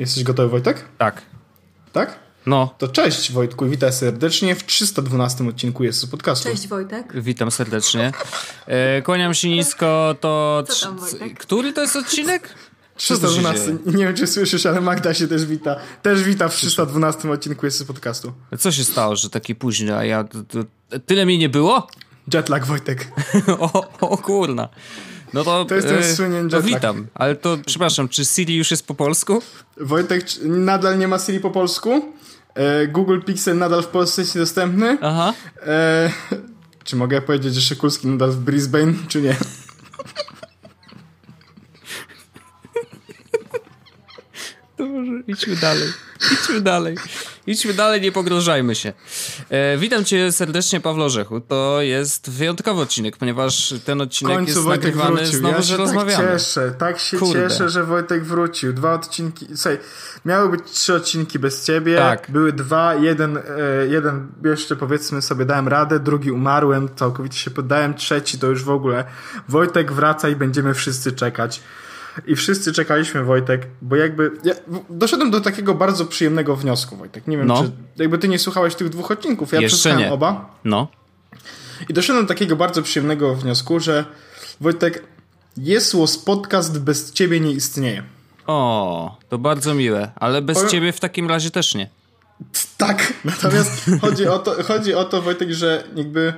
Jesteś gotowy, Wojtek? Tak. Tak? No. To cześć, Wojtku, witaj serdecznie w 312 odcinku Jest podcastu. Cześć, Wojtek. Witam serdecznie. Kłaniam się nisko, to... Co tam, Wojtek? Który to jest odcinek? 312. Nie wiem, czy słyszysz, ale Magda się też wita. Też wita w 312 odcinku Jest podcastu. Co się stało, że taki późny, a ja... Tyle mi nie było? Jetlag, Wojtek. o kurna. No to jest ten słynien jetlag. witam, ale to przepraszam, czy Siri już jest po polsku? Wojtek, nadal nie ma Siri po polsku. Google Pixel nadal w Polsce jest niedostępny. Aha. Czy mogę powiedzieć, że Szykulski nadal w Brisbane, czy nie? Dobrze, idźmy dalej, nie pogrążajmy się. Witam cię serdecznie, Pawle Orzechu. To jest wyjątkowy odcinek, ponieważ ten odcinek jest Wojtek nagrywany wrócił. znowu, Ja że się rozmawiamy. Tak się cieszę, że Wojtek wrócił. 2 odcinki, słuchaj, miały być 3 odcinki bez ciebie. Tak. Były 2, jeden jeszcze powiedzmy sobie dałem radę, drugi umarłem, całkowicie się poddałem, trzeci to już w ogóle. Wojtek wraca i będziemy wszyscy czekać. I wszyscy czekaliśmy, Wojtek, bo jakby... Ja doszedłem do takiego bardzo przyjemnego wniosku, Wojtek. Nie wiem, czy jakby ty nie słuchałeś tych 2 odcinków. Ja przesłuchałem oba. No. I doszedłem do takiego bardzo przyjemnego wniosku, że Wojtek, Jest podcast bez ciebie nie istnieje. O, to bardzo miłe, ale bez ciebie w takim razie też nie. Tak, natomiast chodzi o to, Wojtek, że jakby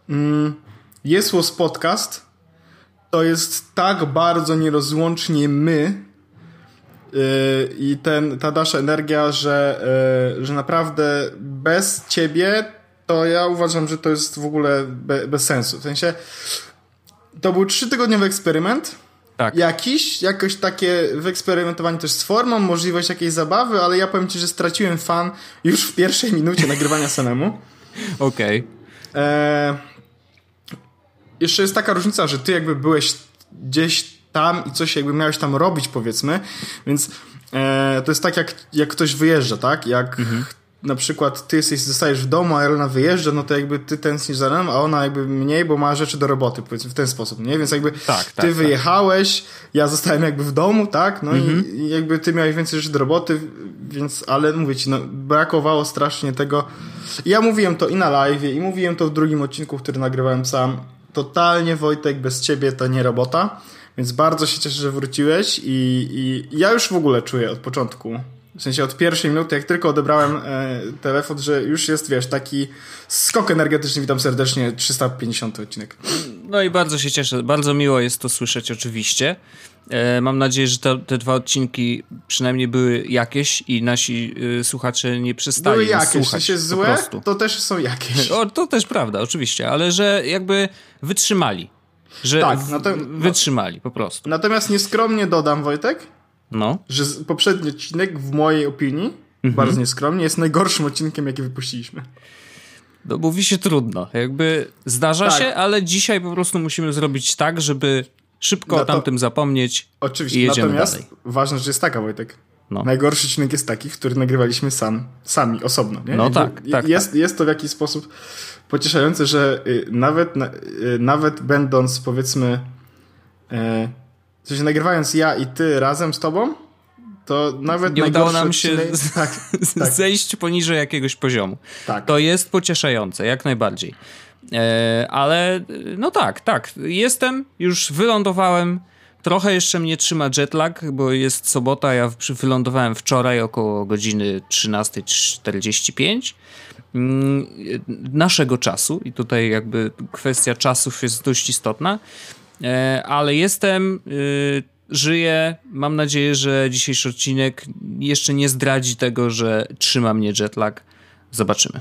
Jest podcast to jest tak bardzo nierozłącznie my i ta nasza energia, że naprawdę bez ciebie to ja uważam, że to jest w ogóle bez sensu. W sensie to był 3-tygodniowy eksperyment. Tak. Jakoś takie wyeksperymentowanie też z formą, możliwość jakiejś zabawy, ale ja powiem ci, że straciłem fan już w pierwszej minucie nagrywania samemu. Okej. Jeszcze jest taka różnica, że ty jakby byłeś gdzieś tam i coś jakby miałeś tam robić, powiedzmy, więc to jest tak jak ktoś wyjeżdża, tak? Jak na przykład ty zostajesz w domu, a Elena wyjeżdża, no to jakby ty tęsknisz za Eleną, a ona jakby mniej, bo ma rzeczy do roboty, powiedzmy w ten sposób, nie? Więc jakby ty wyjechałeś, ja zostałem jakby w domu, tak? No i jakby ty miałeś więcej rzeczy do roboty, więc, ale mówię ci, no brakowało strasznie tego. Ja mówiłem to i na live'ie, i mówiłem to w drugim odcinku, który nagrywałem sam. Totalnie, Wojtek, bez ciebie to nie robota, więc bardzo się cieszę, że wróciłeś i ja już w ogóle czuję od początku, w sensie od pierwszej minuty, jak tylko odebrałem telefon, że już jest, wiesz, taki skok energetyczny. Witam serdecznie, 350 odcinek. No i bardzo się cieszę, bardzo miło jest to słyszeć oczywiście. Mam nadzieję, że te 2 odcinki przynajmniej były jakieś i nasi słuchacze nie przestali były jakieś, słuchać. W sensie złe, to też są jakieś. To też prawda, oczywiście, ale że jakby wytrzymali. Że tak, wytrzymali po prostu. Natomiast nieskromnie dodam, Wojtek, że poprzedni odcinek w mojej opinii, bardzo nieskromnie, jest najgorszym odcinkiem, jaki wypuściliśmy. No mówi się trudno. Jakby zdarza się, ale dzisiaj po prostu musimy zrobić tak, żeby szybko o tamtym zapomnieć. Oczywiście, i jedziemy natomiast dalej. ważna rzecz jest taka, Wojtek. Najgorszy odcinek jest taki, który nagrywaliśmy sami, osobno. Nie? No tak. Jest to w jakiś sposób pocieszające, że nawet będąc, powiedzmy, w sensie nagrywając ja i ty razem z tobą, to nawet nie udało nam się zejść poniżej jakiegoś poziomu. Tak. To jest pocieszające, jak najbardziej. Ale no tak. Już wylądowałem. Trochę jeszcze mnie trzyma jetlag, bo jest sobota, ja wylądowałem wczoraj około godziny 13:45 naszego czasu i tutaj jakby kwestia czasów jest dość istotna, ale żyję, mam nadzieję, że dzisiejszy odcinek jeszcze nie zdradzi tego, że trzyma mnie jetlag. Zobaczymy.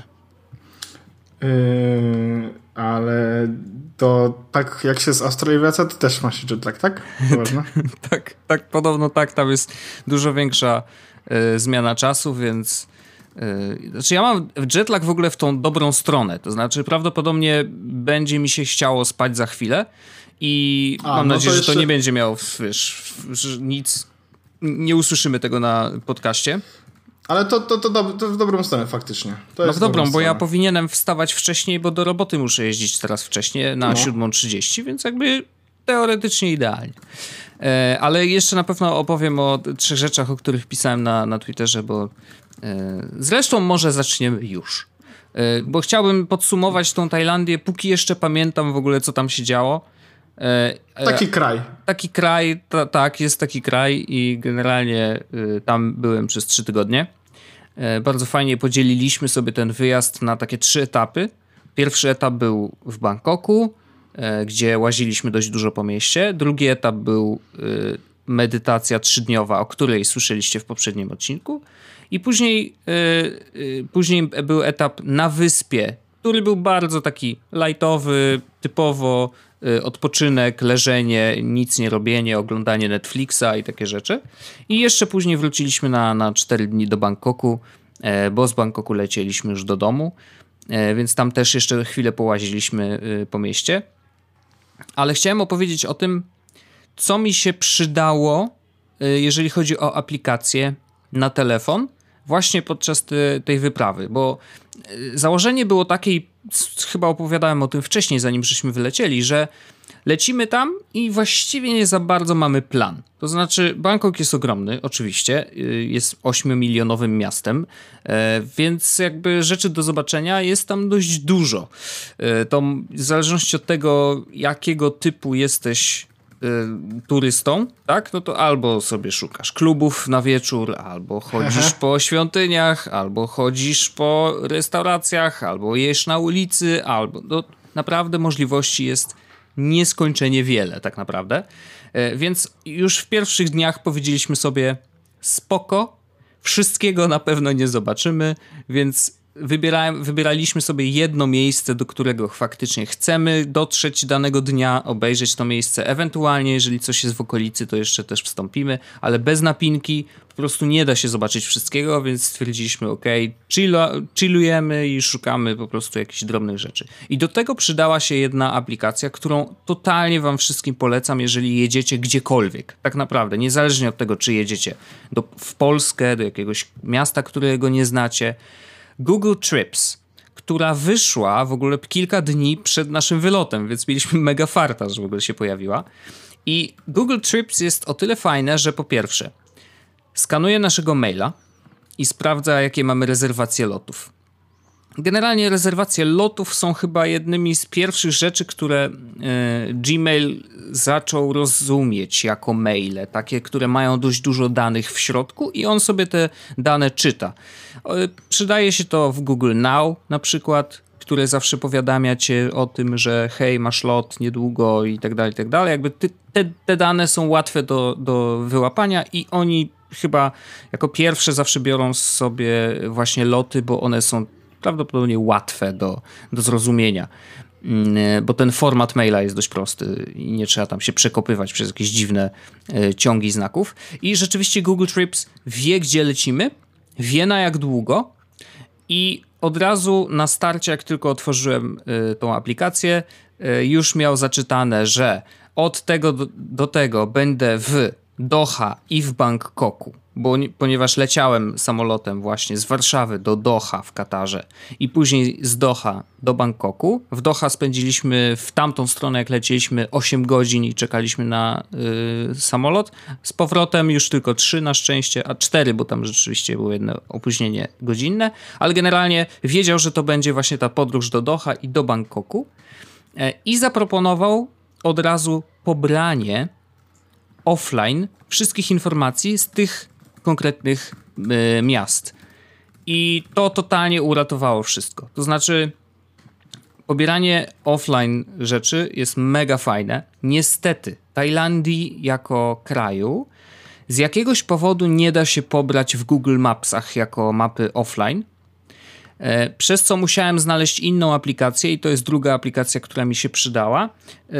Ale to tak jak się z Australii wraca, to też ma się jetlag, tak? tak, podobno tak, tam jest dużo większa zmiana czasu, więc znaczy ja mam jetlag w ogóle w tą dobrą stronę, to znaczy prawdopodobnie będzie mi się chciało spać za chwilę i mam nadzieję, że to nie będzie miało, wiesz, nic, nie usłyszymy tego na podcaście. Ale to w dobrą stronę faktycznie. W dobrą, bo ja powinienem wstawać wcześniej, bo do roboty muszę jeździć teraz wcześniej na 7:30, więc jakby teoretycznie idealnie. Ale jeszcze na pewno opowiem o 3 rzeczach, o których pisałem na Twitterze, bo zresztą może zaczniemy już. Bo chciałbym podsumować tą Tajlandię, póki jeszcze pamiętam w ogóle, co tam się działo. Taki kraj. Taki kraj, tak, jest taki kraj i generalnie tam byłem przez 3 tygodnie. Bardzo fajnie podzieliliśmy sobie ten wyjazd na takie 3 etapy. Pierwszy etap był w Bangkoku, gdzie łaziliśmy dość dużo po mieście. Drugi etap był medytacja 3-dniowa, o której słyszeliście w poprzednim odcinku. I później był etap na wyspie, który był bardzo taki lightowy, typowo odpoczynek, leżenie, nic nie robienie, oglądanie Netflixa i takie rzeczy. I jeszcze później wróciliśmy na 4 dni do Bangkoku, bo z Bangkoku lecieliśmy już do domu, więc tam też jeszcze chwilę połaziliśmy po mieście. Ale chciałem opowiedzieć o tym, co mi się przydało, jeżeli chodzi o aplikację na telefon, właśnie podczas tej wyprawy, bo założenie było takie, chyba opowiadałem o tym wcześniej, zanim żeśmy wylecieli, że lecimy tam i właściwie nie za bardzo mamy plan. To znaczy Bangkok jest ogromny, oczywiście, jest 8-milionowym miastem, więc jakby rzeczy do zobaczenia jest tam dość dużo. To w zależności od tego, jakiego typu jesteś turystą, tak? No to albo sobie szukasz klubów na wieczór, albo chodzisz po świątyniach, albo chodzisz po restauracjach, albo jesz na ulicy, albo no, naprawdę możliwości jest nieskończenie wiele tak naprawdę. Więc już w pierwszych dniach powiedzieliśmy sobie spoko, wszystkiego na pewno nie zobaczymy, więc wybieraliśmy sobie jedno miejsce, do którego faktycznie chcemy dotrzeć danego dnia, obejrzeć to miejsce. Ewentualnie, jeżeli coś jest w okolicy, to jeszcze też wstąpimy, ale bez napinki po prostu nie da się zobaczyć wszystkiego, więc stwierdziliśmy, chillujemy i szukamy po prostu jakichś drobnych rzeczy. I do tego przydała się jedna aplikacja, którą totalnie wam wszystkim polecam, jeżeli jedziecie gdziekolwiek. Tak naprawdę, niezależnie od tego, czy jedziecie w Polskę, do jakiegoś miasta, którego nie znacie. Google Trips, która wyszła w ogóle kilka dni przed naszym wylotem, więc mieliśmy mega farta, że w ogóle się pojawiła. I Google Trips jest o tyle fajne, że po pierwsze skanuje naszego maila i sprawdza, jakie mamy rezerwacje lotów. Generalnie rezerwacje lotów są chyba jednymi z pierwszych rzeczy, które Gmail zaczął rozumieć jako maile, takie, które mają dość dużo danych w środku i on sobie te dane czyta. Przydaje się to w Google Now na przykład, które zawsze powiadamia cię o tym, że hej, masz lot niedługo i tak dalej, i tak dalej. Jakby te dane są łatwe do wyłapania i oni chyba jako pierwsze zawsze biorą sobie właśnie loty, bo one są prawdopodobnie łatwe do zrozumienia, bo ten format maila jest dość prosty i nie trzeba tam się przekopywać przez jakieś dziwne ciągi znaków. I rzeczywiście Google Trips wie, gdzie lecimy, wie na jak długo i od razu na starcie, jak tylko otworzyłem tą aplikację, już miał zaczytane, że od tego do tego będę w Doha i w Bangkoku, ponieważ leciałem samolotem właśnie z Warszawy do Doha w Katarze i później z Doha do Bangkoku. W Doha spędziliśmy w tamtą stronę, jak lecieliśmy 8 godzin i czekaliśmy na samolot. Z powrotem już tylko 3 na szczęście, a 4, bo tam rzeczywiście było jedno opóźnienie godzinne, ale generalnie wiedział, że to będzie właśnie ta podróż do Doha i do Bangkoku i zaproponował od razu pobranie offline wszystkich informacji z tych konkretnych miast. I to totalnie uratowało wszystko. To znaczy pobieranie offline rzeczy jest mega fajne. Niestety Tajlandii jako kraju z jakiegoś powodu nie da się pobrać w Google Mapsach jako mapy offline. Przez co musiałem znaleźć inną aplikację i to jest druga aplikacja, która mi się przydała.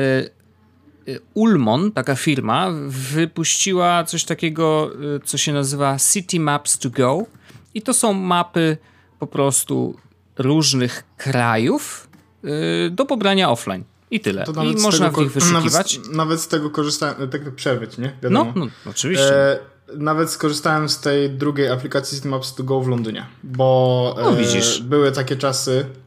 Ulmon, taka firma, wypuściła coś takiego, co się nazywa City Maps to Go i to są mapy po prostu różnych krajów do pobrania offline. I tyle. I można w nich wyszukiwać. Nawet z tego korzystałem, tak przerwać, nie? Wiadomo. No, oczywiście. Nawet skorzystałem z tej drugiej aplikacji City Maps to Go w Londynie, bo widzisz. Były takie czasy,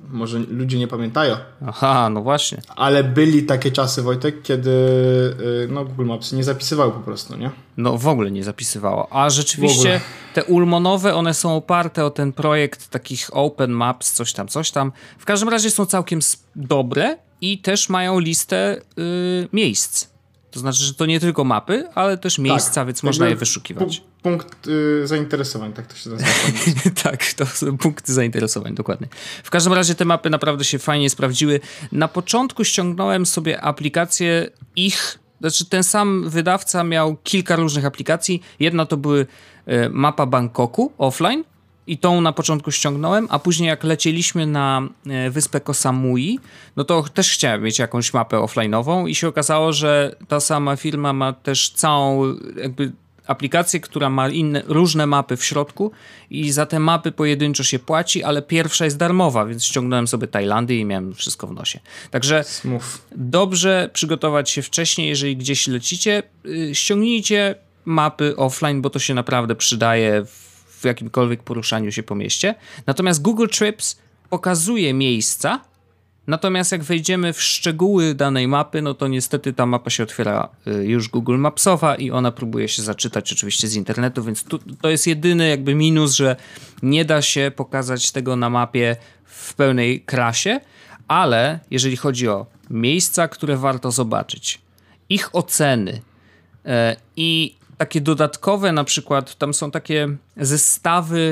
może ludzie nie pamiętają. Aha, no właśnie. Ale byli takie czasy, Wojtek, kiedy Google Maps nie zapisywał po prostu, nie? No w ogóle nie zapisywało. A rzeczywiście te ulmonowe, one są oparte o ten projekt takich Open Maps, coś tam. W każdym razie są całkiem dobre i też mają listę miejsc. To znaczy, że to nie tylko mapy, ale też miejsca, tak, więc można je wyszukiwać. Punkt zainteresowań, tak to się nazywa. Tak, to są punkty zainteresowań, dokładnie. W każdym razie te mapy naprawdę się fajnie sprawdziły. Na początku ściągnąłem sobie aplikacje znaczy ten sam wydawca miał kilka różnych aplikacji. Jedna to były mapa Bangkoku offline i tą na początku ściągnąłem, a później jak lecieliśmy na wyspę Koh Samui, no to też chciałem mieć jakąś mapę offline'ową i się okazało, że ta sama firma ma też całą jakby aplikację, która ma różne mapy w środku i za te mapy pojedynczo się płaci, ale pierwsza jest darmowa, więc ściągnąłem sobie Tajlandię i miałem wszystko w nosie. Także dobrze przygotować się wcześniej, jeżeli gdzieś lecicie, ściągnijcie mapy offline, bo to się naprawdę przydaje w jakimkolwiek poruszaniu się po mieście. Natomiast Google Trips pokazuje miejsca, natomiast jak wejdziemy w szczegóły danej mapy, no to niestety ta mapa się otwiera już Google Mapsowa i ona próbuje się zaczytać oczywiście z internetu, więc to jest jedyny jakby minus, że nie da się pokazać tego na mapie w pełnej krasie, ale jeżeli chodzi o miejsca, które warto zobaczyć, ich oceny i takie dodatkowe, na przykład tam są takie zestawy,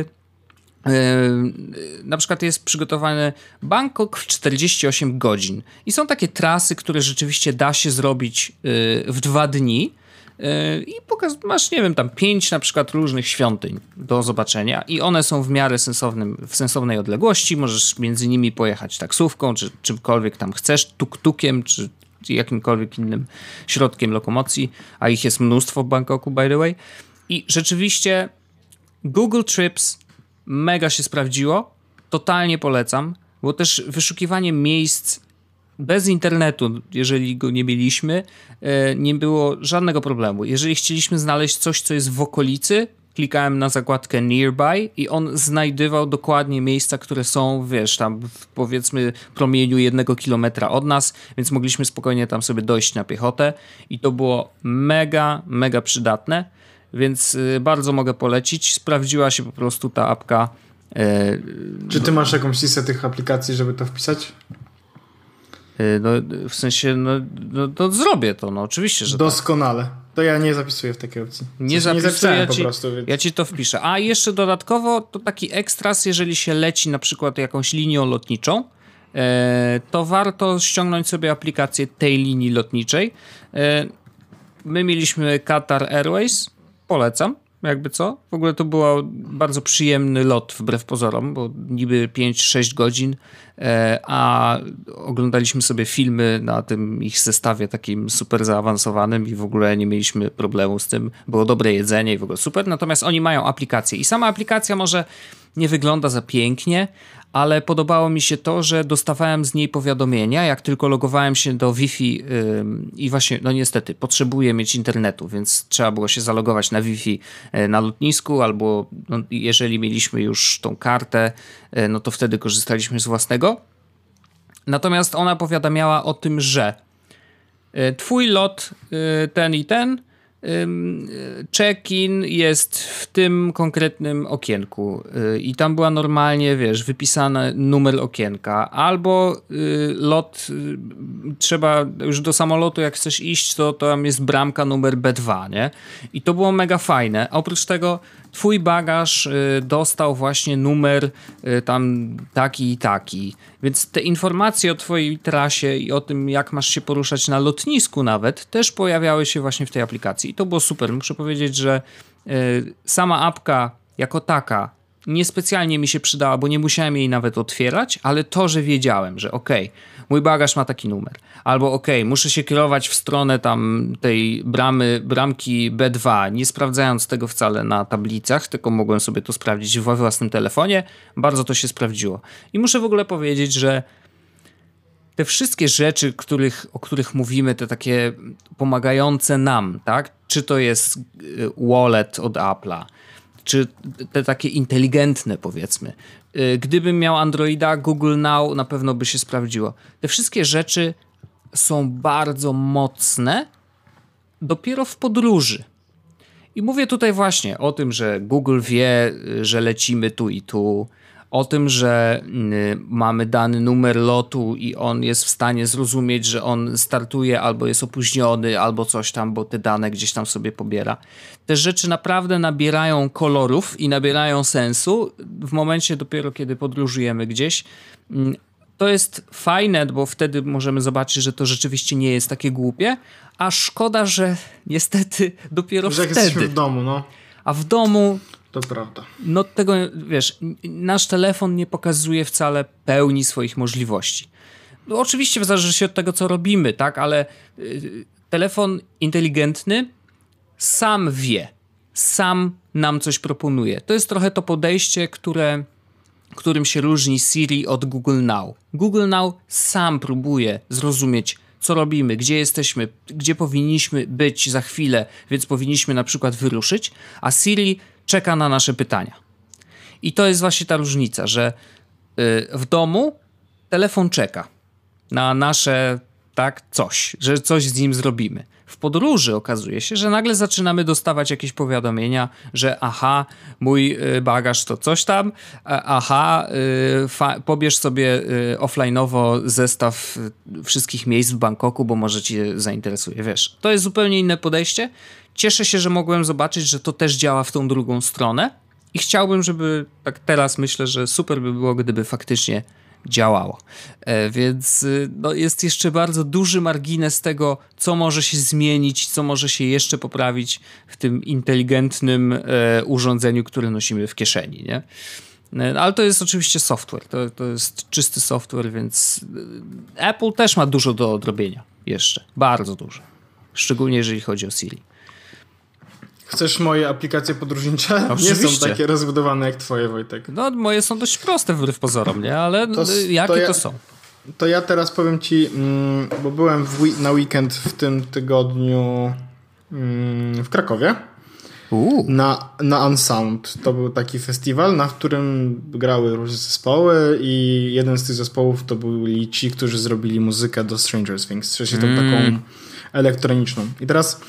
na przykład jest przygotowany Bangkok w 48 godzin i są takie trasy, które rzeczywiście da się zrobić w 2 dni i masz, nie wiem, tam 5 na przykład różnych świątyń do zobaczenia i one są w miarę w sensownej odległości, możesz między nimi pojechać taksówką, czy czymkolwiek tam chcesz, tuk-tukiem, czy jakimkolwiek innym środkiem lokomocji, a ich jest mnóstwo w Bangkoku, by the way. I rzeczywiście Google Trips mega się sprawdziło, totalnie polecam, bo też wyszukiwanie miejsc bez internetu, jeżeli go nie mieliśmy, nie było żadnego problemu. Jeżeli chcieliśmy znaleźć coś, co jest w okolicy, klikałem na zakładkę Nearby i on znajdywał dokładnie miejsca, które są, wiesz, tam w powiedzmy promieniu 1 kilometra od nas, więc mogliśmy spokojnie tam sobie dojść na piechotę i to było mega, mega przydatne, więc bardzo mogę polecić. Sprawdziła się po prostu ta apka. Czy ty masz jakąś listę tych aplikacji, żeby to wpisać? No, w sensie, no zrobię to, no oczywiście, że doskonale. Tak. To ja nie zapisuję w takiej opcji. Nie zapisuję, po prostu. Więc... Ja ci to wpiszę. A jeszcze dodatkowo to taki ekstras, jeżeli się leci na przykład jakąś linią lotniczą, to warto ściągnąć sobie aplikację tej linii lotniczej. My mieliśmy Qatar Airways, polecam. Jakby co? W ogóle to był bardzo przyjemny lot wbrew pozorom, bo niby 5-6 godzin, a oglądaliśmy sobie filmy na tym ich zestawie takim super zaawansowanym i w ogóle nie mieliśmy problemu z tym. Było dobre jedzenie i w ogóle super. Natomiast oni mają aplikację i sama aplikacja może nie wygląda za pięknie, ale podobało mi się to, że dostawałem z niej powiadomienia, jak tylko logowałem się do Wi-Fi i właśnie, no niestety, potrzebuję mieć internetu, więc trzeba było się zalogować na Wi-Fi na lotnisku, albo no, jeżeli mieliśmy już tą kartę, no to wtedy korzystaliśmy z własnego. Natomiast ona powiadamiała o tym, że twój lot ten i ten, check-in jest w tym konkretnym okienku i tam była normalnie, wiesz, wypisany numer okienka, albo lot, trzeba już do samolotu, jak chcesz iść, to tam jest bramka numer B2, nie? I to było mega fajne. A oprócz tego twój bagaż dostał właśnie numer tam taki i taki. Więc te informacje o twojej trasie i o tym, jak masz się poruszać na lotnisku nawet, też pojawiały się właśnie w tej aplikacji. I to było super. Muszę powiedzieć, że sama apka jako taka niespecjalnie mi się przydała, bo nie musiałem jej nawet otwierać, ale to, że wiedziałem, że okej, mój bagaż ma taki numer, albo okej, muszę się kierować w stronę tam tej bramki B2, nie sprawdzając tego wcale na tablicach, tylko mogłem sobie to sprawdzić we własnym telefonie, bardzo to się sprawdziło. I muszę w ogóle powiedzieć, że te wszystkie rzeczy, o których mówimy, te takie pomagające nam, tak? Czy to jest wallet od Apple'a, czy te takie inteligentne, powiedzmy. Gdybym miał Androida, Google Now na pewno by się sprawdziło. Te wszystkie rzeczy są bardzo mocne dopiero w podróży. I mówię tutaj właśnie o tym, że Google wie, że lecimy tu i tu, o tym, że mamy dany numer lotu i on jest w stanie zrozumieć, że on startuje albo jest opóźniony, albo coś tam, bo te dane gdzieś tam sobie pobiera. Te rzeczy naprawdę nabierają kolorów i nabierają sensu w momencie dopiero, kiedy podróżujemy gdzieś. To jest fajne, bo wtedy możemy zobaczyć, że to rzeczywiście nie jest takie głupie, a szkoda, że niestety dopiero że jak wtedy. jesteśmy w domu, no. A w domu... To prawda. No tego, wiesz, nasz telefon nie pokazuje wcale pełni swoich możliwości. No, oczywiście zależy się od tego, co robimy, tak, ale telefon inteligentny sam wie, sam nam coś proponuje. To jest trochę to podejście, którym się różni Siri od Google Now. Google Now sam próbuje zrozumieć, co robimy, gdzie jesteśmy, gdzie powinniśmy być za chwilę, więc powinniśmy na przykład wyruszyć, a Siri czeka na nasze pytania. I to jest właśnie ta różnica, że w domu telefon czeka na nasze coś, że coś z nim zrobimy. W podróży okazuje się, że nagle zaczynamy dostawać jakieś powiadomienia, że mój bagaż to coś tam, pobierz sobie offline'owo zestaw wszystkich miejsc w Bangkoku, bo może cię zainteresuje, wiesz. To jest zupełnie inne podejście. Cieszę się, że mogłem zobaczyć, że to też działa w tą drugą stronę i chciałbym, żeby tak teraz myślę, że super by było, gdyby faktycznie działało. Więc no, jest jeszcze bardzo duży margines tego, co może się zmienić, co może się jeszcze poprawić w tym inteligentnym urządzeniu, które nosimy w kieszeni, nie? Ale to jest oczywiście software. To jest czysty software, więc Apple też ma dużo do odrobienia jeszcze. Bardzo dużo. Szczególnie jeżeli chodzi o Siri. Chcesz moje aplikacje podróżnicze? Oczywiście. Nie są takie rozbudowane jak twoje, Wojtek. No, moje są dość proste wbrew pozorom, nie? Ale jakie to są? To ja teraz powiem ci, bo byłem na weekend w tym tygodniu w Krakowie. Na Unsound. To był taki festiwal, na którym grały różne zespoły i jeden z tych zespołów to byli ci, którzy zrobili muzykę do Stranger Things, czyli tą taką elektroniczną. I teraz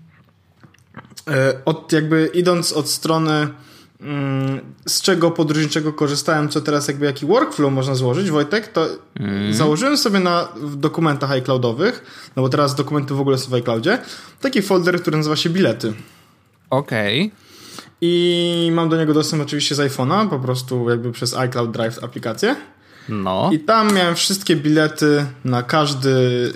idąc od strony z czego podróżniczego korzystałem, co teraz jaki workflow można złożyć, Wojtek, to założyłem sobie w dokumentach iCloudowych, no bo teraz dokumenty w ogóle są w iCloudzie, taki folder, który nazywa się bilety. Okej. I mam do niego dostęp oczywiście z iPhone'a, po prostu przez iCloud Drive aplikację. No. I tam miałem wszystkie bilety na każdy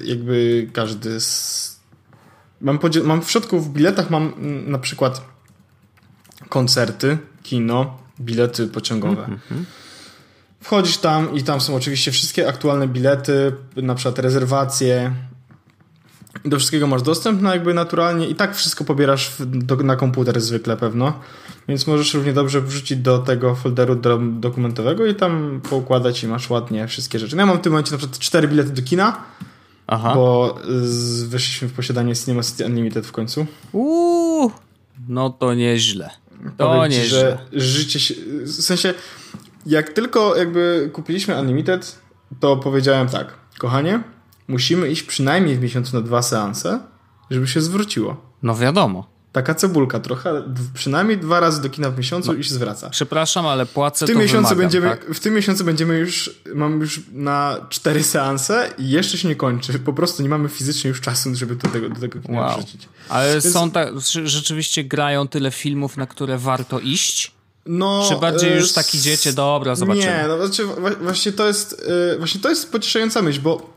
mam w środku w biletach mam na przykład koncerty, kino, bilety pociągowe. Wchodzisz tam i tam są oczywiście wszystkie aktualne bilety, na przykład rezerwacje. I do wszystkiego masz dostęp, naturalnie i tak wszystko pobierasz na komputer zwykle pewno, więc możesz równie dobrze wrzucić do tego folderu dokumentowego i tam poukładać i masz ładnie wszystkie rzeczy. No ja mam w tym momencie na przykład 4 bilety do kina, bo weszliśmy w posiadanie Cinema City Unlimited w końcu. No to nieźle. Powiem ci, że życie się... W sensie, jak tylko kupiliśmy Unlimited, to powiedziałem tak, kochanie, musimy iść przynajmniej w miesiącu na 2 seanse, żeby się zwróciło. No wiadomo. Taka cebulka trochę, ale przynajmniej 2 razy do kina w miesiącu i się zwraca. Przepraszam, ale płacę W tym miesiącu mamy już na 4 seanse i jeszcze się nie kończy. Po prostu nie mamy fizycznie już czasu, żeby do tego kina wrzucić. Ale rzeczywiście grają tyle filmów, na które warto iść? No, czy bardziej już tak idziecie, dobra, zobaczymy. Nie, no właśnie to jest pocieszająca myśl, bo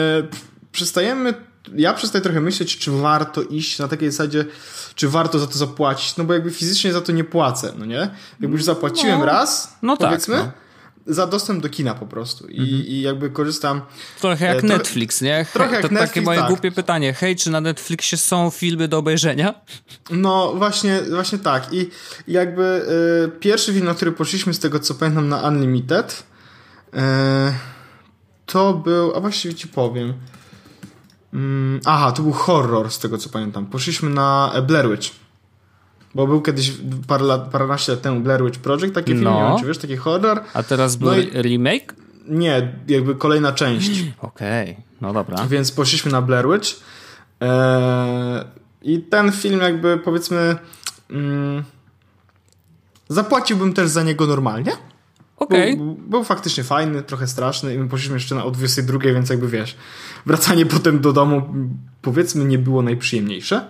ja przestaję trochę myśleć, czy warto iść na takiej zasadzie, czy warto za to zapłacić, no bo fizycznie za to nie płacę, no nie? Już zapłaciłem raz, powiedzmy, za dostęp do kina po prostu i korzystam... Trochę jak Netflix, nie? Trochę jak Netflix, takie moje głupie pytanie. Hej, czy na Netflixie są filmy do obejrzenia? No, właśnie tak. I pierwszy film, na który poszliśmy z tego, co pamiętam, na Unlimited, to był... A właściwie ci powiem... to był horror, z tego co pamiętam. Poszliśmy na Blair Witch. Bo był kiedyś paręnaście lat temu Blair Witch Project, taki film, nie wiem, czy wiesz, taki horror. A teraz był remake? Nie, jakby kolejna część. Okej, no dobra. Więc poszliśmy na Blair Witch. I ten film jakby, powiedzmy, zapłaciłbym też za niego normalnie. Okej. Był faktycznie fajny, trochę straszny i my poszliśmy jeszcze o 22, więc jakby wiesz, wracanie potem do domu, powiedzmy, nie było najprzyjemniejsze.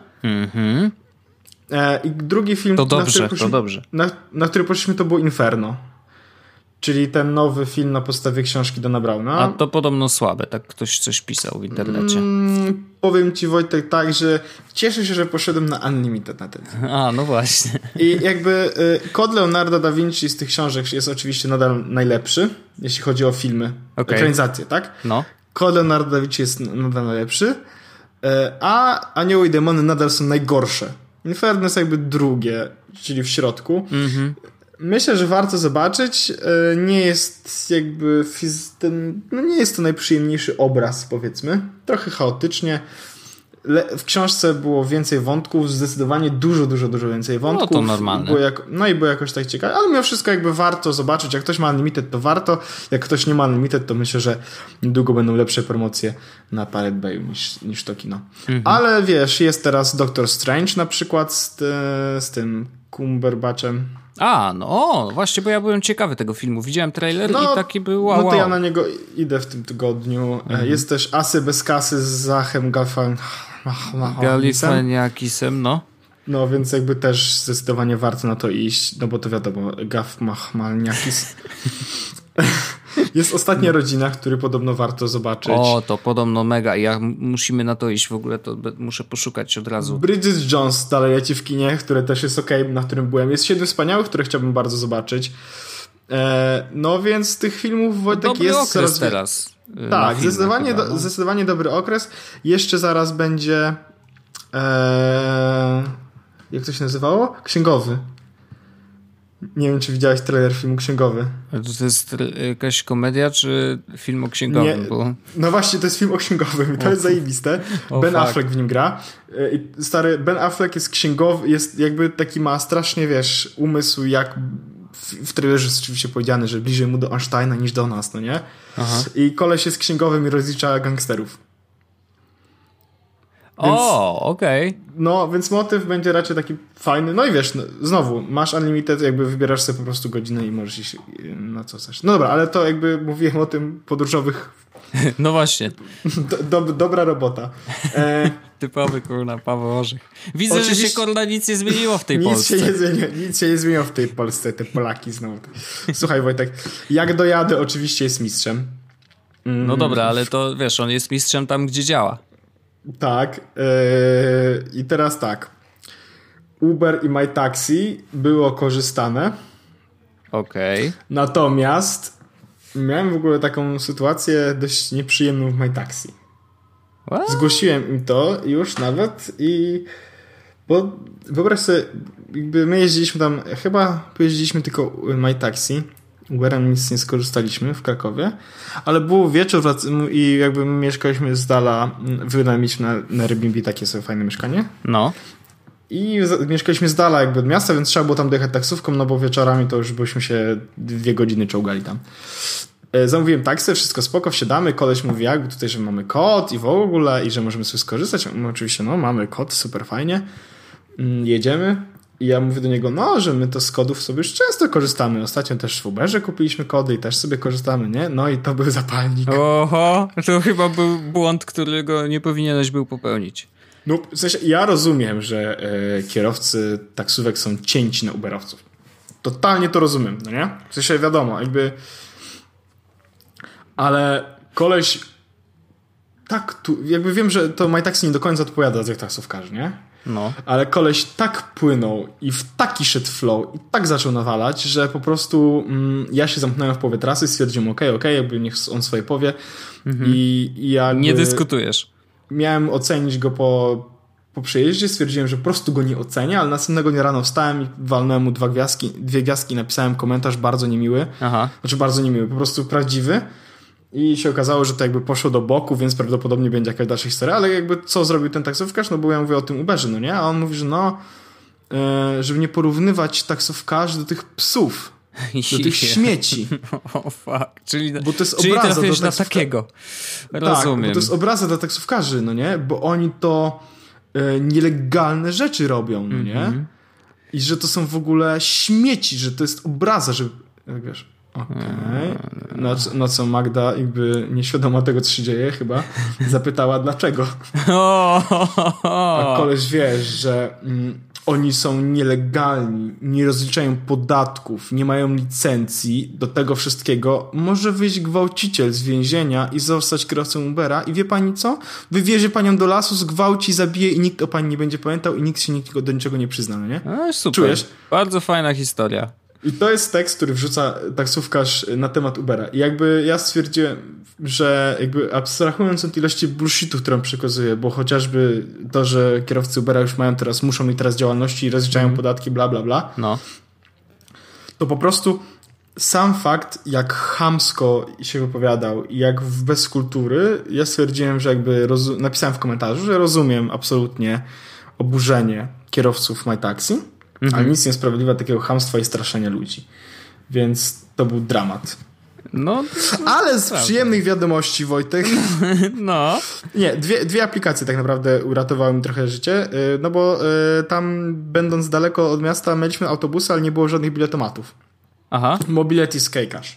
I drugi film, to dobrze. Na który poszliśmy, to było Inferno. Czyli ten nowy film na podstawie książki Dana Browna. A to podobno słabe, tak ktoś coś pisał w internecie. Powiem ci, Wojtek, tak, że cieszę się, że poszedłem na Unlimited na ten film. A, no właśnie. I jakby kod Leonardo da Vinci z tych książek jest oczywiście nadal najlepszy, jeśli chodzi o filmy, ekranizacje, tak? No. Kod Leonardo da Vinci jest nadal najlepszy, a Anioły i Demony nadal są najgorsze. Inferno jest jakby drugie, czyli w środku. Myślę, że warto zobaczyć. Nie jest jakby nie jest to najprzyjemniejszy obraz, powiedzmy. Trochę chaotycznie. W książce było więcej wątków, zdecydowanie dużo więcej wątków. No to normalne. Było jakoś tak ciekawe, ale mimo wszystko jakby warto zobaczyć. Jak ktoś ma Unlimited, to warto. Jak ktoś nie ma Unlimited, to myślę, że niedługo będą lepsze promocje na Pirate Bayu niż to kino. Ale wiesz, jest teraz Doctor Strange na przykład z tym Cumberbatchem. No właśnie, bo ja byłem ciekawy tego filmu. Widziałem trailer i taki był wow. No to ja na niego idę w tym tygodniu. Jest też Asy bez kasy z Zachem Galifaniakisem, no. No, więc jakby też zdecydowanie warto na to iść, no bo to wiadomo, Gafmachmalniakis. Jest Ostatnia rodzina, który podobno warto zobaczyć. To podobno mega. Musimy na to iść w ogóle, to muszę poszukać od razu. Bridget Jones dalej leci w kinie, które też jest na którym byłem. Jest 7 wspaniałych, które chciałbym bardzo zobaczyć. No więc tych filmów, Wojtek, dobry jest okres coraz teraz. Tak, zdecydowanie dobry okres. Jeszcze zaraz będzie jak to się nazywało? Księgowy. Nie wiem, czy widziałeś trailer filmu Księgowy. To jest jakaś komedia, czy film o księgowym? Nie. No właśnie, to jest film o księgowym i to jest zajebiste. Ben Affleck w nim gra. I stary, Ben Affleck jest księgowy, jest jakby taki, ma strasznie, wiesz, umysł, jak w trailerze jest oczywiście powiedziane, że bliżej mu do Einsteina niż do nas, no nie? Aha. I koleś jest księgowym i rozlicza gangsterów. Okej. No, więc motyw będzie raczej taki fajny. No i wiesz, znowu, masz Unlimited, jakby wybierasz sobie po prostu godzinę i możesz iść na co chcesz. No dobra, ale to jakby mówiłem o tym podróżowych. No właśnie. Dobra robota. Typowy, Paweł Orzech. Widzę, oczywiście, że się nic nie zmieniło w tej Polsce. Nic się nie zmieniło w tej Polsce, te Polaki znowu. Słuchaj, Wojtek, jak dojadę, oczywiście jest mistrzem. No dobra, ale to wiesz, on jest mistrzem tam, gdzie działa. Tak. I teraz tak. Uber i MyTaxi było korzystane. Okej. Natomiast miałem w ogóle taką sytuację dość nieprzyjemną w MyTaxi. What? Zgłosiłem im to już nawet i bo wyobraź sobie, jakby my jeździliśmy tam, chyba pojeździliśmy tylko MyTaxi. Uberem nic nie skorzystaliśmy w Krakowie, ale był wieczór i jakby my mieszkaliśmy z dala, wynajmiliśmy na Airbnb takie sobie fajne mieszkanie. No. I mieszkaliśmy z dala jakby od miasta, więc trzeba było tam dojechać taksówką, no bo wieczorami to już byśmy się 2 godziny czołgali tam. Zamówiłem taksę, wszystko spoko, wsiadamy, koleś mówi jakby tutaj, że mamy kod i w ogóle i że możemy sobie skorzystać. My oczywiście, mamy kod, super fajnie. Jedziemy. I ja mówię do niego, że my to z kodów sobie już często korzystamy. Ostatnio też w Uberze kupiliśmy kody i też sobie korzystamy, nie? No i to był zapalnik. Oho, to chyba był błąd, którego nie powinieneś był popełnić. No, w sensie ja rozumiem, że kierowcy taksówek są cięci na Uberowców. Totalnie to rozumiem, no nie? W sensie wiadomo, jakby... Ale koleś tak jakby wiem, że to MyTaxi nie do końca odpowiada za tych taksówkarzy, nie? No. Ale koleś tak płynął i w taki szedł flow i tak zaczął nawalać, że po prostu ja się zamknąłem w połowie trasy, stwierdziłem okej, jakby niech on swoje powie. I jakby nie dyskutujesz. Miałem ocenić go po przejeździe, stwierdziłem, że po prostu go nie ocenię, ale następnego dnia rano wstałem i walnąłem mu 2 gwiazdki, napisałem komentarz bardzo niemiły. Aha. Znaczy bardzo niemiły, po prostu prawdziwy. I się okazało, że to jakby poszło do boku, więc prawdopodobnie będzie jakaś dalsza historia, ale jakby co zrobił ten taksówkarz? No bo ja mówię o tym Uberze, no nie? A on mówi, że żeby nie porównywać taksówkarzy do tych psów, do tych śmieci. O fuck, czyli bo to jest czyli obraza trafisz do na takiego. Rozumiem. Tak, bo to jest obraza dla taksówkarzy, no nie? Bo oni to nielegalne rzeczy robią, no nie? I że to są w ogóle śmieci, że to jest obraza, że wiesz, okej. Na co Magda, jakby nieświadoma tego, co się dzieje chyba, zapytała dlaczego. A koleś wiesz, że oni są nielegalni, nie rozliczają podatków, nie mają licencji do tego wszystkiego. Może wyjść gwałciciel z więzienia i zostać kierowcą Ubera i wie pani co? Wywiezie panią do lasu, zgwałci, zabije i nikt o pani nie będzie pamiętał i nikt się do niczego nie przyzna, no nie? No, super. Czujesz? Bardzo fajna historia. I to jest tekst, który wrzuca taksówkarz na temat Ubera. I jakby ja stwierdziłem, że jakby abstrahując od ilości bullshitu, którą przekazuje, bo chociażby to, że kierowcy Ubera już muszą mieć teraz działalności i rozliczają podatki, bla, bla, bla. No. To po prostu sam fakt, jak chamsko się wypowiadał i jak bez kultury, ja stwierdziłem, że jakby napisałem w komentarzu, że rozumiem absolutnie oburzenie kierowców MyTaxi, ale nic nie sprawiedliwe takiego chamstwa i straszenia ludzi. Więc to był dramat. No, ale z przyjemnych wiadomości, Wojtek. No. Nie, dwie aplikacje tak naprawdę uratowały mi trochę życie, no bo tam będąc daleko od miasta mieliśmy autobusy, ale nie było żadnych biletomatów. Aha. Mobility z Kcash.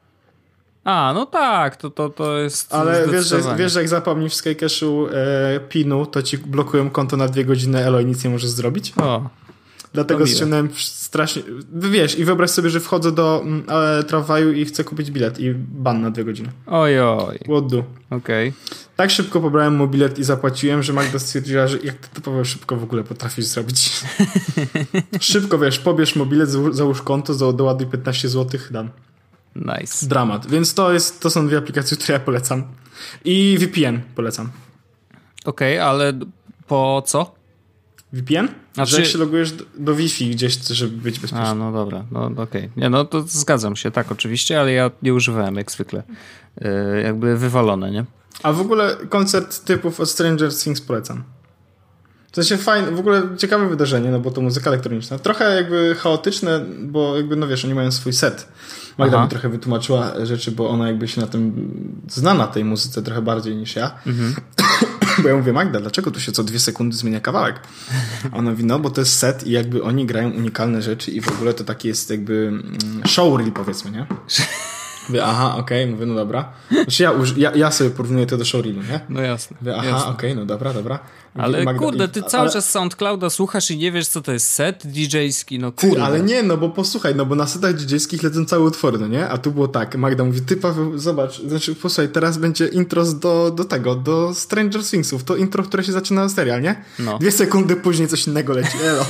A, no tak, to jest. Ale wiesz, że jak zapomnisz w Kcashu PIN-u, to ci blokują konto na 2 godziny, elo i nic nie możesz zrobić. O. Dlatego ściągnąłem strasznie... Wiesz, i wyobraź sobie, że wchodzę do tramwaju i chcę kupić bilet i ban na 2 godziny. Ojoj. What do? Okej. Tak szybko pobrałem mu bilet i zapłaciłem, że Magda stwierdziła, że jak ty typowo szybko w ogóle potrafisz zrobić. Szybko, wiesz, pobierz mu bilet, załóż konto, doładuj 15 zł, dam. Nice. Dramat. Więc to są 2 aplikacje, które ja polecam. I VPN polecam. Okej, ale po co? VPN? Znaczy... Że jak się logujesz do Wi-Fi gdzieś, żeby być bezpieczny. A, no dobra, no okej. Nie, no to zgadzam się, tak oczywiście, ale ja nie używałem jak zwykle. Jakby wywalone, nie? A w ogóle koncert typów od Stranger Things polecam. W sensie fajne, w ogóle ciekawe wydarzenie, no bo to muzyka elektroniczna. Trochę jakby chaotyczne, bo jakby, no wiesz, oni mają swój set. Magda mi trochę wytłumaczyła rzeczy, bo ona jakby się na tym zna, na tej muzyce trochę bardziej niż ja. Bo ja mówię, Magda, dlaczego tu się co 2 sekundy zmienia kawałek? A ona mówi, no bo to jest set i jakby oni grają unikalne rzeczy i w ogóle to taki jest jakby showreel, powiedzmy, nie? Mówię, aha, okej, mówię, no dobra. Znaczy ja sobie porównuję to do showreelu, nie? No jasne. Mówię, aha, okej, no dobra. Mówię, ale Magda, kurde, ty cały czas SoundClouda słuchasz i nie wiesz, co to jest set DJ-ski, no kurde. Ty, ale nie, no bo posłuchaj, no bo na setach DJ-skich lecą całe utwory, no nie? A tu było tak, Magda mówi, ty Paweł, zobacz, znaczy posłuchaj, teraz będzie intro do Stranger Thingsów, to intro, które się zaczyna serial, nie? No. 2 sekundy później coś innego leci, elo.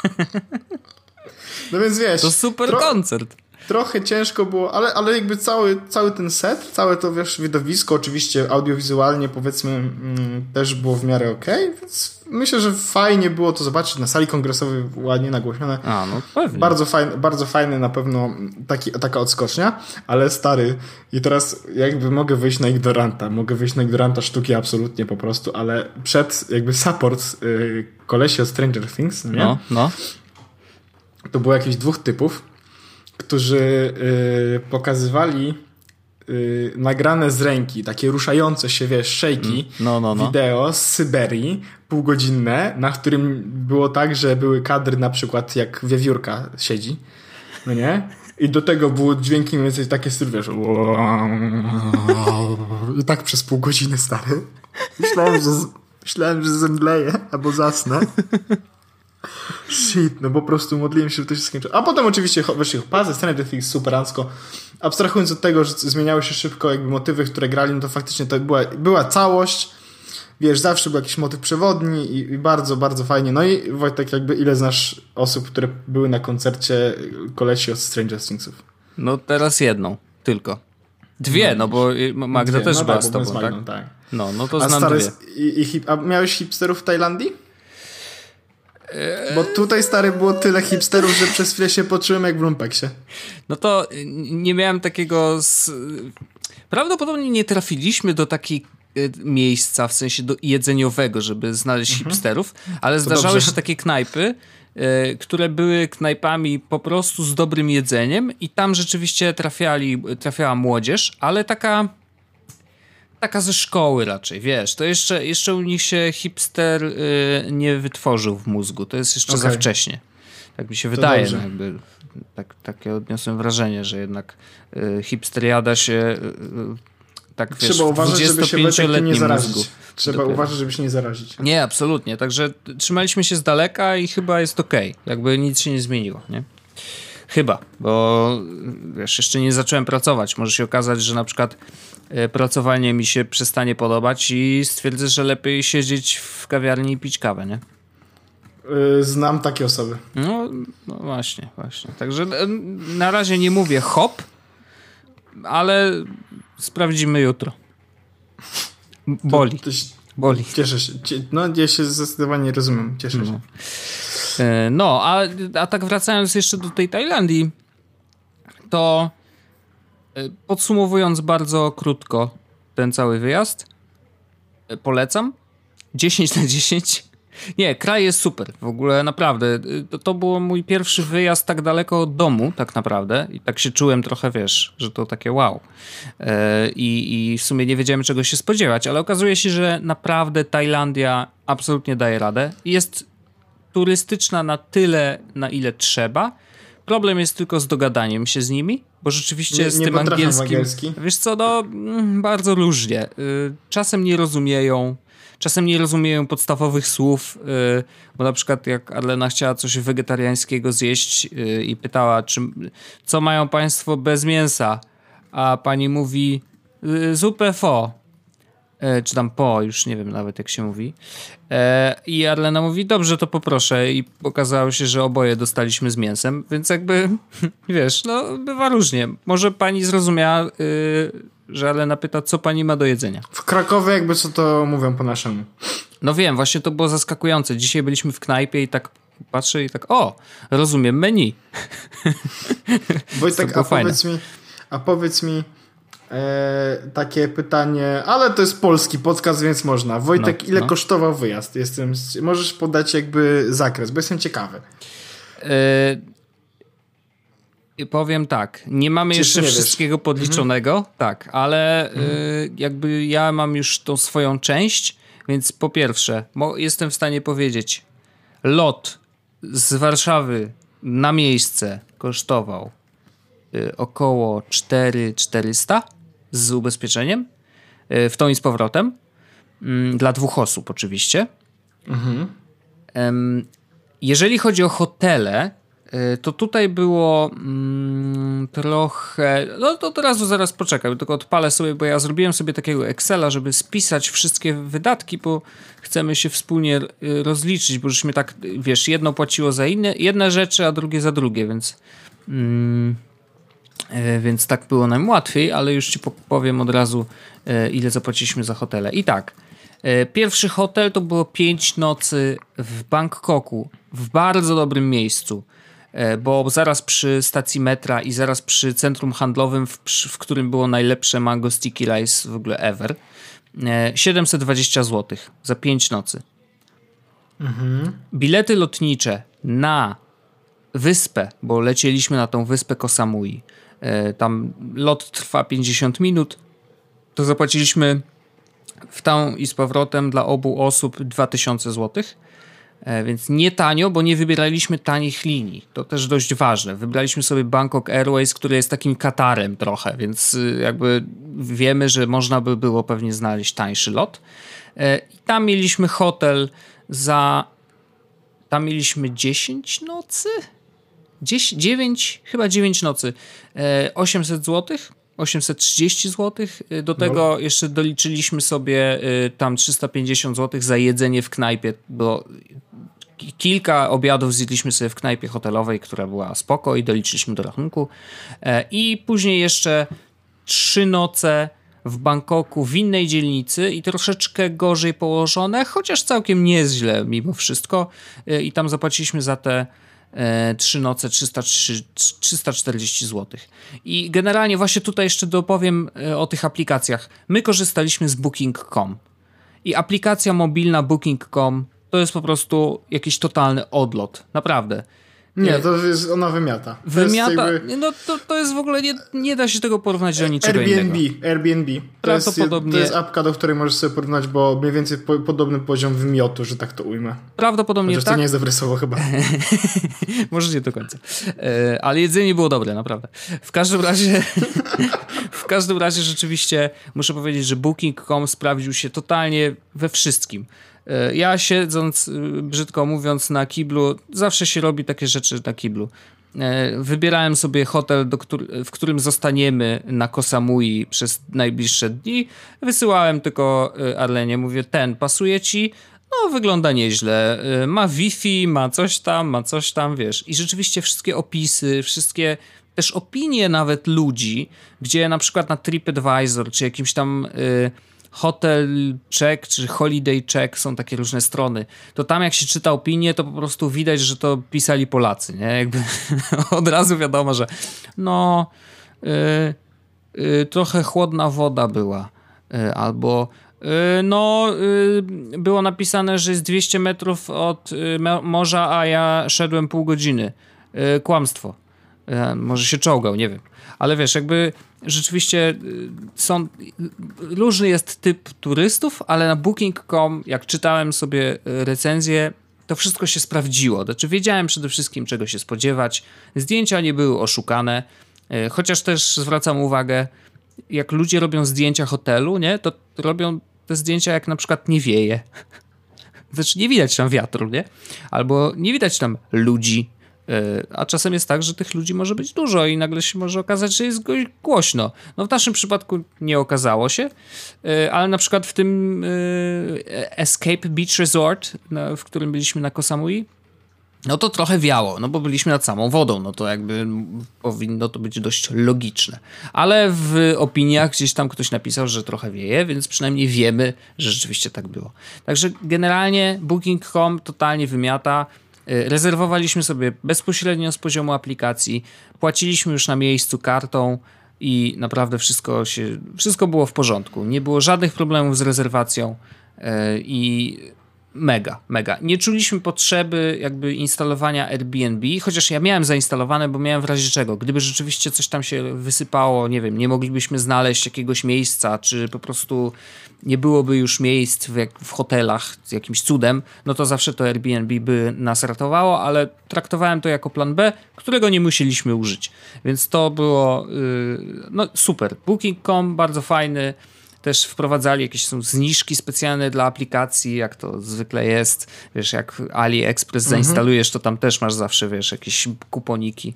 No więc wiesz... To super koncert. Trochę ciężko było, ale jakby cały ten set, całe to, wiesz, widowisko, oczywiście audiowizualnie, powiedzmy, też było w miarę okej, więc myślę, że fajnie było to zobaczyć na sali kongresowej, ładnie nagłośnione. A, no pewnie. Bardzo fajny na pewno taka odskocznia, ale stary, i teraz jakby mogę wyjść na ignoranta sztuki absolutnie po prostu, ale przed jakby support kolesi od Stranger Things, nie? No. To było jakieś 2 typów, którzy pokazywali nagrane z ręki, takie ruszające się, wiesz, szejki, wideo z Syberii, półgodzinne, na którym było tak, że były kadry na przykład jak wiewiórka siedzi, no nie? I do tego było dźwięki mniej więcej takie styl, wiesz, i tak przez pół godziny, stary. Myślałem, że zemdleję albo zasnę. Shit, no po prostu modliłem się, że to się skończy. A potem oczywiście weszli pazy, Stranger Things superancko. Abstrahując od tego, że zmieniały się szybko jakby motywy, które grali, no to faktycznie to była całość. Wiesz, zawsze był jakiś motyw przewodni i bardzo, bardzo fajnie. No i Wojtek, jakby ile znasz osób, które były na koncercie kolesi od Stranger Thingsów? No teraz jedną, tylko. 2, no bo Magda też była z tobą, Magdą, tak? No to znam 2. A miałeś hipsterów w Tajlandii? Bo tutaj, stary, było tyle hipsterów, że przez chwilę się poczułem jak w lumpeksie. No to nie miałem takiego... Prawdopodobnie nie trafiliśmy do takiej miejsca, w sensie do jedzeniowego, żeby znaleźć hipsterów, ale zdarzały się takie knajpy, które były knajpami po prostu z dobrym jedzeniem i tam rzeczywiście trafiała młodzież, ale taka ze szkoły raczej, wiesz, to jeszcze u nich się hipster nie wytworzył w mózgu, to jest jeszcze za wcześnie. Tak mi się wydaje, no jakby takie odniosłem wrażenie, że jednak hipsteriada się tak, wiesz, trzeba uważać, żeby się nie zarazić. mózgu. Trzeba uważać, żeby się nie zarazić. Nie, absolutnie, także trzymaliśmy się z daleka i chyba jest okej. Jakby nic się nie zmieniło, nie? Chyba, bo wiesz, jeszcze nie zacząłem pracować. Może się okazać, że na przykład pracowanie mi się przestanie podobać i stwierdzę, że lepiej siedzieć w kawiarni i pić kawę, nie? Znam takie osoby. No właśnie. Także na razie nie mówię hop, ale sprawdzimy jutro. Boli. Boli. Cieszę się. No, ja się zdecydowanie rozumiem. Cieszę się. No, a tak wracając jeszcze do tej Tajlandii, to podsumowując bardzo krótko ten cały wyjazd, polecam. 10 na 10. Nie, kraj jest super. W ogóle naprawdę. To był mój pierwszy wyjazd tak daleko od domu, tak naprawdę. I tak się czułem trochę, wiesz, że to takie wow. I w sumie nie wiedziałem, czego się spodziewać, ale okazuje się, że naprawdę Tajlandia absolutnie daje radę. Jest turystyczna na tyle, na ile trzeba. Problem jest tylko z dogadaniem się z nimi, bo rzeczywiście z tym angielskim... Wiesz co, no bardzo różnie. Czasem nie rozumieją podstawowych słów, bo na przykład jak Arlena chciała coś wegetariańskiego zjeść i pytała, co mają państwo bez mięsa, a pani mówi zupę pho, czy tam po, już nie wiem nawet jak się mówi. I Arlena mówi, dobrze, to poproszę. I okazało się, że oboje dostaliśmy z mięsem, więc jakby, wiesz, no bywa różnie. Może pani zrozumiała, że Arlena pyta, co pani ma do jedzenia. W Krakowie jakby co to mówią po naszemu. No wiem, właśnie to było zaskakujące. Dzisiaj byliśmy w knajpie i tak patrzę i tak, rozumiem menu. Wojtek, a powiedz mi takie pytanie, ale to jest polski podcast, więc można. Wojtek, ile kosztował wyjazd? Możesz podać jakby zakres, bo jestem ciekawy. Powiem tak, nie mamy jeszcze wszystkiego podliczonego, tak, ale jakby ja mam już tą swoją część, więc po pierwsze, jestem w stanie powiedzieć, lot z Warszawy na miejsce kosztował około 4400 z ubezpieczeniem, w tą i z powrotem, dla 2 osób oczywiście. Jeżeli chodzi o hotele, to tutaj było trochę... No to od razu zaraz poczekaj, tylko odpalę sobie, bo ja zrobiłem sobie takiego Excela, żeby spisać wszystkie wydatki, bo chcemy się wspólnie rozliczyć, bo żeśmy tak, wiesz, jedno płaciło za jedne rzeczy, a drugie za drugie, więc tak było nam łatwiej, ale już ci powiem od razu, ile zapłaciliśmy za hotele. I tak, pierwszy hotel to było 5 nocy w Bangkoku, w bardzo dobrym miejscu, bo zaraz przy stacji metra i zaraz przy centrum handlowym, w którym było najlepsze mango sticky rice w ogóle ever. 720 zł za 5 nocy. Bilety lotnicze na wyspę, bo lecieliśmy na tą wyspę Koh Samui. Tam lot trwa 50 minut. To zapłaciliśmy w tą i z powrotem dla obu osób 2000 zł. Więc nie tanio, bo nie wybieraliśmy tanich linii. To też dość ważne. Wybraliśmy sobie Bangkok Airways, który jest takim Katarem trochę, więc jakby wiemy, że można by było pewnie znaleźć tańszy lot. I tam mieliśmy hotel tam mieliśmy 10 nocy? 9 nocy. 800 zł? 830 zł. Do tego jeszcze doliczyliśmy sobie tam 350 zł za jedzenie w knajpie, bo kilka obiadów zjedliśmy sobie w knajpie hotelowej, która była spoko i doliczyliśmy do rachunku. I później jeszcze 3 noce w Bangkoku w innej dzielnicy i troszeczkę gorzej położone, chociaż całkiem nie jest źle mimo wszystko. I tam zapłaciliśmy za te 3 noce 340 zł. I generalnie właśnie tutaj jeszcze dopowiem o tych aplikacjach. My korzystaliśmy z Booking.com i aplikacja mobilna Booking.com to jest po prostu jakiś totalny odlot. Naprawdę. Nie, to jest, ona wymiata. Wymiata? No to jest w ogóle, nie da się tego porównać do niczego innego. Airbnb. Prawdopodobnie... To jest apka, do której możesz sobie porównać, bo mniej więcej podobny poziom wymiotu, że tak to ujmę. Prawdopodobnie chociaż to nie jest dobre słowo chyba. Może nie do końca. Ale jedzenie było dobre, naprawdę. W każdym razie rzeczywiście muszę powiedzieć, że Booking.com sprawdził się totalnie we wszystkim. Ja siedząc, brzydko mówiąc, na kiblu, zawsze się robi takie rzeczy na kiblu. Wybierałem sobie hotel, w którym zostaniemy na Koh Samui przez najbliższe dni. Wysyłałem tylko Arlenie, mówię, ten pasuje ci? No, wygląda nieźle. Ma Wi-Fi, ma coś tam, wiesz. I rzeczywiście wszystkie opisy, wszystkie też opinie nawet ludzi, gdzie na przykład na TripAdvisor, czy jakimś tam... Hotel Check czy Holiday Check, są takie różne strony, to tam jak się czyta opinię, to po prostu widać, że to pisali Polacy, nie? Jakby od razu wiadomo, że no trochę chłodna woda była, albo było napisane, że jest 200 metrów od morza, a ja szedłem pół godziny. Kłamstwo. Może się czołgał, nie wiem. Ale wiesz, jakby rzeczywiście różny jest typ turystów, ale na Booking.com, jak czytałem sobie recenzję, to wszystko się sprawdziło. Znaczy wiedziałem przede wszystkim, czego się spodziewać. Zdjęcia nie były oszukane, chociaż też zwracam uwagę, jak ludzie robią zdjęcia hotelu, nie, to robią te zdjęcia, jak na przykład nie wieje. Znaczy nie widać tam wiatru, nie? Albo nie widać tam ludzi. A czasem jest tak, że tych ludzi może być dużo i nagle się może okazać, że jest głośno. No w naszym przypadku nie okazało się, ale na przykład w tym Escape Beach Resort, w którym byliśmy na Koh Samui, no to trochę wiało, no bo byliśmy nad samą wodą, no to jakby powinno to być dość logiczne. Ale w opiniach gdzieś tam ktoś napisał, że trochę wieje, więc przynajmniej wiemy, że rzeczywiście tak było. Także generalnie Booking.com totalnie wymiata. Rezerwowaliśmy sobie bezpośrednio z poziomu aplikacji, płaciliśmy już na miejscu kartą i naprawdę wszystko było w porządku. Nie było żadnych problemów z rezerwacją i mega. Nie czuliśmy potrzeby jakby instalowania Airbnb, chociaż ja miałem zainstalowane, bo miałem w razie czego. Gdyby rzeczywiście coś tam się wysypało, nie wiem, nie moglibyśmy znaleźć jakiegoś miejsca, czy po prostu nie byłoby już miejsc w hotelach z jakimś cudem, no to zawsze to Airbnb by nas ratowało, ale traktowałem to jako plan B, którego nie musieliśmy użyć. Więc to było super. Booking.com bardzo fajny. Też wprowadzali jakieś są zniżki specjalne dla aplikacji, jak to zwykle jest. Wiesz, jak AliExpress zainstalujesz, to tam też masz zawsze, wiesz, jakieś kuponiki.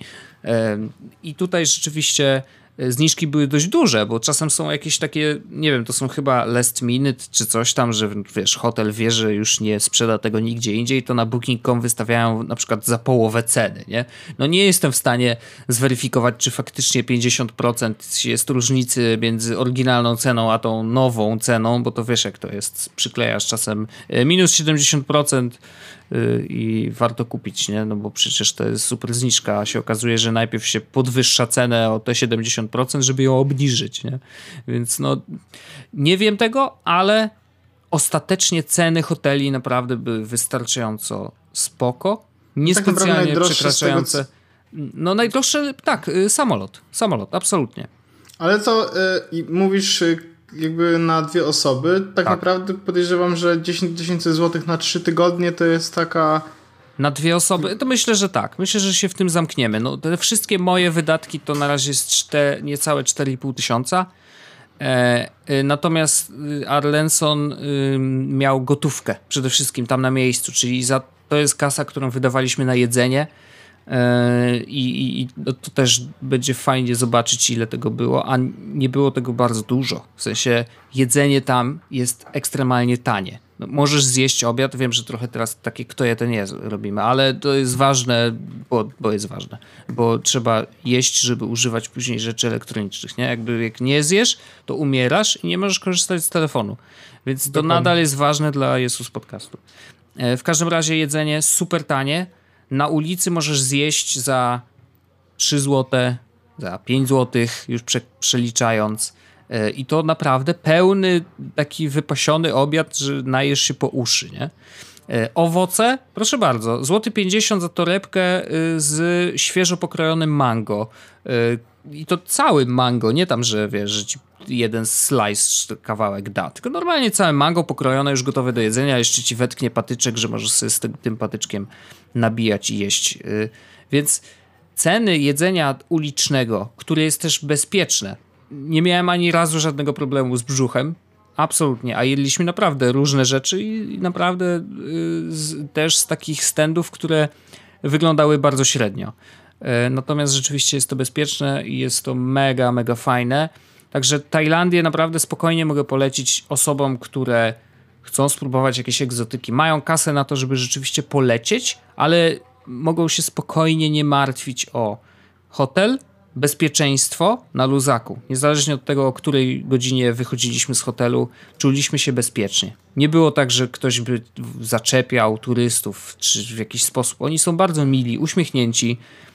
I tutaj rzeczywiście zniżki były dość duże, bo czasem są jakieś takie, nie wiem, to są chyba last minute czy coś tam, że wiesz, hotel wie, że już nie sprzeda tego nigdzie indziej, to na Booking.com wystawiają na przykład za połowę ceny, nie? No nie jestem w stanie zweryfikować, czy faktycznie 50% jest różnicy między oryginalną ceną a tą nową ceną, bo to wiesz, jak to jest, przyklejasz czasem minus 70%, i warto kupić, nie? No bo przecież to jest super zniżka, a się okazuje, że najpierw się podwyższa cenę o te 70%, żeby ją obniżyć, nie? Więc no nie wiem tego, ale ostatecznie ceny hoteli naprawdę były wystarczająco spoko, niespecjalnie tak przekraczające. No najdroższe, tak, samolot, absolutnie. Ale to mówisz jakby na 2 osoby, tak naprawdę podejrzewam, że 10 tysięcy złotych na 3 tygodnie to jest taka... Na 2 osoby? To myślę, że tak. Myślę, że się w tym zamkniemy. No, te wszystkie moje wydatki to na razie jest niecałe 4,5 tysiąca. Natomiast Arlenson miał gotówkę przede wszystkim tam na miejscu, czyli to jest kasa, którą wydawaliśmy na jedzenie. I to też będzie fajnie zobaczyć, ile tego było, a nie było tego bardzo dużo. W sensie jedzenie tam jest ekstremalnie tanie. No, możesz zjeść obiad, wiem, że trochę teraz takie kto je, ten jest robimy, ale to jest ważne, bo jest ważne, bo trzeba jeść, żeby używać później rzeczy elektronicznych, nie? Jak nie zjesz, to umierasz i nie możesz korzystać z telefonu, więc to nadal jest ważne dla Jesus Podcastu. W każdym razie jedzenie super tanie. Na ulicy możesz zjeść za 3 zł, za 5 zł, już przeliczając. I to naprawdę pełny, taki wypasiony obiad, że najesz się po uszy, nie? Owoce, proszę bardzo, złoty 50 za torebkę z świeżo pokrojonym mango. I to cały mango, nie tam, że wiesz, że ci jeden slice, kawałek da, tylko normalnie całe mango pokrojone, już gotowe do jedzenia, jeszcze ci wetknie patyczek, że możesz sobie z tym patyczkiem nabijać i jeść. Więc ceny jedzenia ulicznego, które jest też bezpieczne, nie miałem ani razu żadnego problemu z brzuchem, absolutnie, a jedliśmy naprawdę różne rzeczy i naprawdę też z takich standów, które wyglądały bardzo średnio. Natomiast rzeczywiście jest to bezpieczne i jest to mega, mega fajne. Także Tajlandię naprawdę spokojnie mogę polecić osobom, które chcą spróbować jakieś egzotyki. Mają kasę na to, żeby rzeczywiście polecieć, ale mogą się spokojnie nie martwić o hotel, bezpieczeństwo na luzaku. Niezależnie od tego, o której godzinie wychodziliśmy z hotelu, czuliśmy się bezpiecznie. Nie było tak, że ktoś by zaczepiał turystów czy w jakiś sposób. Oni są bardzo mili, uśmiechnięci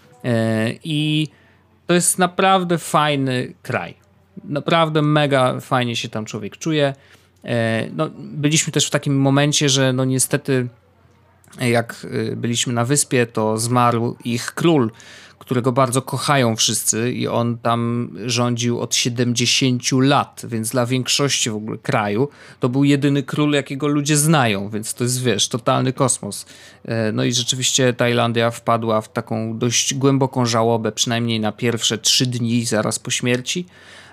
i to jest naprawdę fajny kraj. Naprawdę mega fajnie się tam człowiek czuje. No, byliśmy też w takim momencie, że no niestety jak byliśmy na wyspie, to zmarł ich król, którego bardzo kochają wszyscy i on tam rządził od 70 lat, więc dla większości w ogóle kraju to był jedyny król, jakiego ludzie znają, więc to jest, wiesz, totalny kosmos. No i rzeczywiście Tajlandia wpadła w taką dość głęboką żałobę, przynajmniej na pierwsze 3 dni zaraz po śmierci.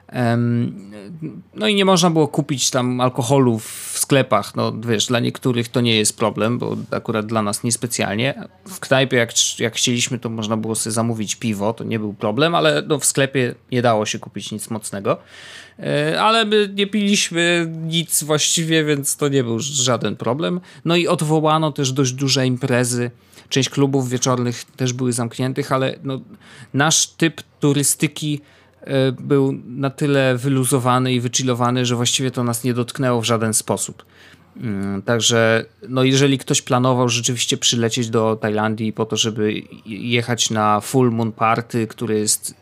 No i nie można było kupić tam alkoholu w sklepach, no wiesz, dla niektórych to nie jest problem, bo akurat dla nas niespecjalnie. W knajpie jak chcieliśmy, to można było sobie zamówić piwo, to nie był problem, ale no w sklepie nie dało się kupić nic mocnego. Ale my nie piliśmy nic właściwie, więc to nie był żaden problem. No i odwołano też dość duże imprezy. Część klubów wieczornych też były zamkniętych, ale no, nasz typ turystyki był na tyle wyluzowany i wychillowany, że właściwie to nas nie dotknęło w żaden sposób. Także no jeżeli ktoś planował rzeczywiście przylecieć do Tajlandii po to, żeby jechać na Full Moon Party, który jest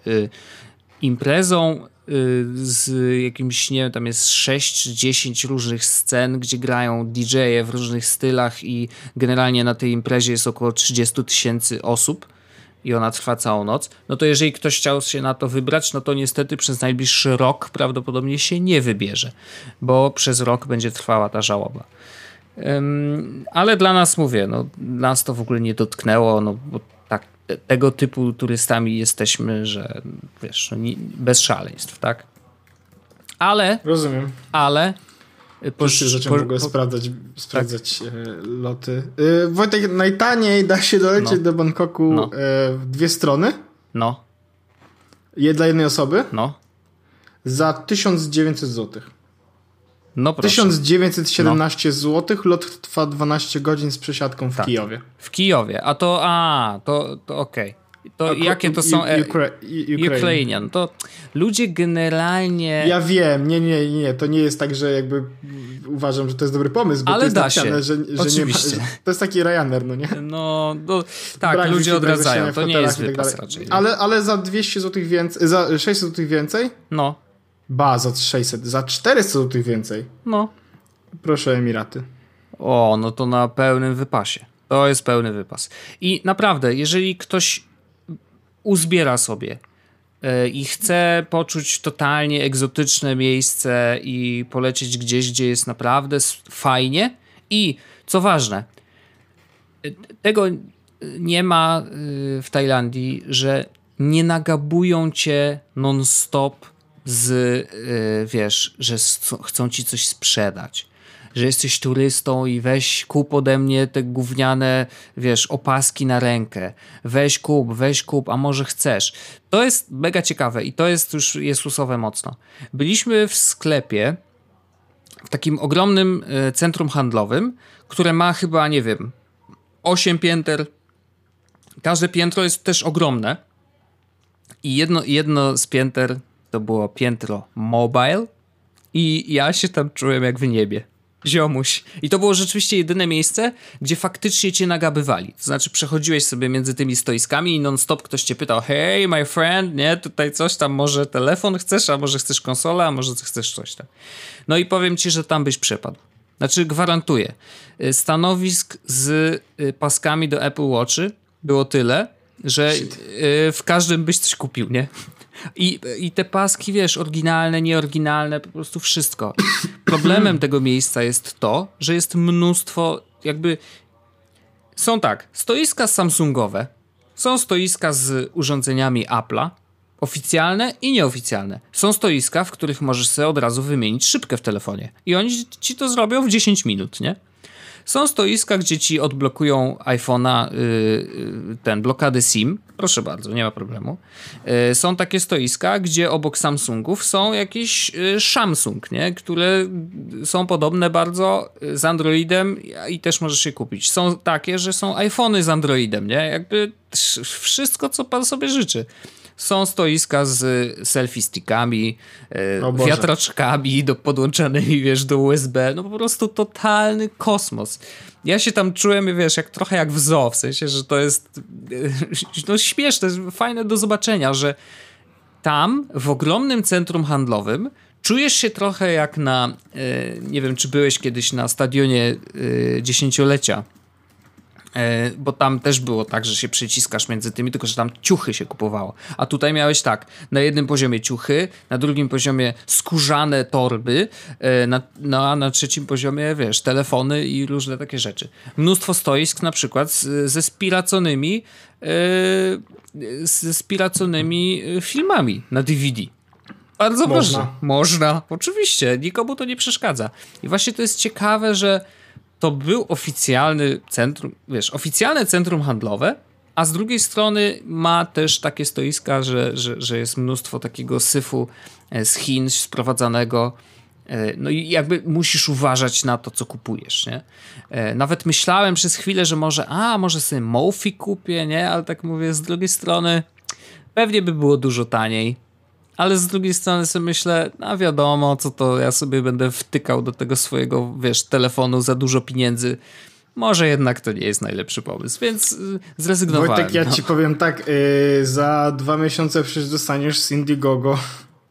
imprezą z jakimś, nie wiem, tam jest 6 czy 10 różnych scen, gdzie grają DJ-e w różnych stylach i generalnie na tej imprezie jest około 30 000 osób i ona trwa całą noc, no to jeżeli ktoś chciał się na to wybrać, no to niestety przez najbliższy rok prawdopodobnie się nie wybierze, bo przez rok będzie trwała ta żałoba. Ale dla nas, mówię, no nas to w ogóle nie dotknęło, no bo tak, tego typu turystami jesteśmy, że wiesz, no, bez szaleństw, tak? Ale... Rozumiem. Ale... Już zacząłem w ogóle sprawdzać loty. Wojtek, najtaniej da się dolecieć do Bangkoku w 2 strony. No. Dla jednej osoby. No. Za 1900 zł. No proszę. 1917 zł. Lot trwa 12 godzin z przesiadką w Kijowie. W Kijowie. To okej. To jakie to są Ukrainian? To ludzie generalnie... Ja wiem, nie. To nie jest tak, że jakby uważam, że to jest dobry pomysł, bo ale to jest da napisane, się. że oczywiście. Nie ma, to jest taki Ryanair, no nie? No tak, ludzie odradzają. To nie jest wypas raczej. Ale za 200 zł więcej, za 600 zł więcej? No. Za 600, za 400 zł więcej. No. Proszę, Emiraty. O, no to na pełnym wypasie. To jest pełny wypas. I naprawdę, jeżeli ktoś uzbiera sobie i chce poczuć totalnie egzotyczne miejsce i polecieć gdzieś, gdzie jest naprawdę fajnie i co ważne, tego nie ma w Tajlandii, że nie nagabują cię non-stop wiesz, że chcą ci coś sprzedać, że jesteś turystą i weź kup ode mnie te gówniane, wiesz, opaski na rękę. Weź kup, a może chcesz. To jest mega ciekawe i to jest już jezusowe mocno. Byliśmy w sklepie, w takim ogromnym centrum handlowym, które ma chyba, nie wiem, 8 pięter. Każde piętro jest też ogromne. I jedno z pięter to było piętro mobile i ja się tam czułem jak w niebie. Ziomuś. I to było rzeczywiście jedyne miejsce, gdzie faktycznie cię nagabywali. To znaczy przechodziłeś sobie między tymi stoiskami i non-stop ktoś cię pytał: hey my friend, nie, tutaj coś tam, może telefon chcesz, a może chcesz konsolę, a może chcesz coś tam. No i powiem ci, że tam byś przepadł. Znaczy gwarantuję. Stanowisk z paskami do Apple Watchy było tyle, że w każdym byś coś kupił, nie? I te paski, wiesz, oryginalne, nieoryginalne, po prostu wszystko. Problemem tego miejsca jest to, że jest mnóstwo jakby... Są tak, stoiska Samsungowe, są stoiska z urządzeniami Apple'a, oficjalne i nieoficjalne. Są stoiska, w których możesz sobie od razu wymienić szybkę w telefonie. I oni ci to zrobią w 10 minut, nie? Są stoiska, gdzie ci odblokują iPhone'a blokady SIM. Proszę bardzo, nie ma problemu. Są takie stoiska, gdzie obok Samsungów są jakieś Samsung, nie? Które są podobne bardzo z Androidem i też możesz je kupić. Są takie, że są iPhony z Androidem, nie? Jakby wszystko, co pan sobie życzy. Są stoiska z selfie stickami, wiatraczkami podłączanymi, wiesz, do USB. No po prostu totalny kosmos. Ja się tam czułem, wiesz, trochę jak w zoo, w sensie, że to jest no śmieszne, fajne do zobaczenia, że tam w ogromnym centrum handlowym czujesz się trochę jak na, nie wiem, czy byłeś kiedyś na stadionie dziesięciolecia, bo tam też było tak, że się przyciskasz między tymi, tylko że tam ciuchy się kupowało. A tutaj miałeś tak, na jednym poziomie ciuchy, na drugim poziomie skórzane torby, a na trzecim poziomie, wiesz, telefony i różne takie rzeczy. Mnóstwo stoisk na przykład ze spiraconymi filmami na DVD. Bardzo ważne. Można, oczywiście, nikomu to nie przeszkadza. I właśnie to jest ciekawe, że to był oficjalne centrum handlowe, a z drugiej strony ma też takie stoiska, że jest mnóstwo takiego syfu z Chin sprowadzanego. No i jakby musisz uważać na to, co kupujesz, nie? Nawet myślałem przez chwilę, że może sobie Mofi kupię, nie? Ale tak mówię, z drugiej strony pewnie by było dużo taniej. Ale z drugiej strony sobie myślę, wiadomo, co to ja sobie będę wtykał do tego swojego, wiesz, telefonu za dużo pieniędzy. Może jednak to nie jest najlepszy pomysł, więc zrezygnowałem. Wojtek, ja ci powiem tak, za 2 miesiące przecież dostaniesz z Indiegogo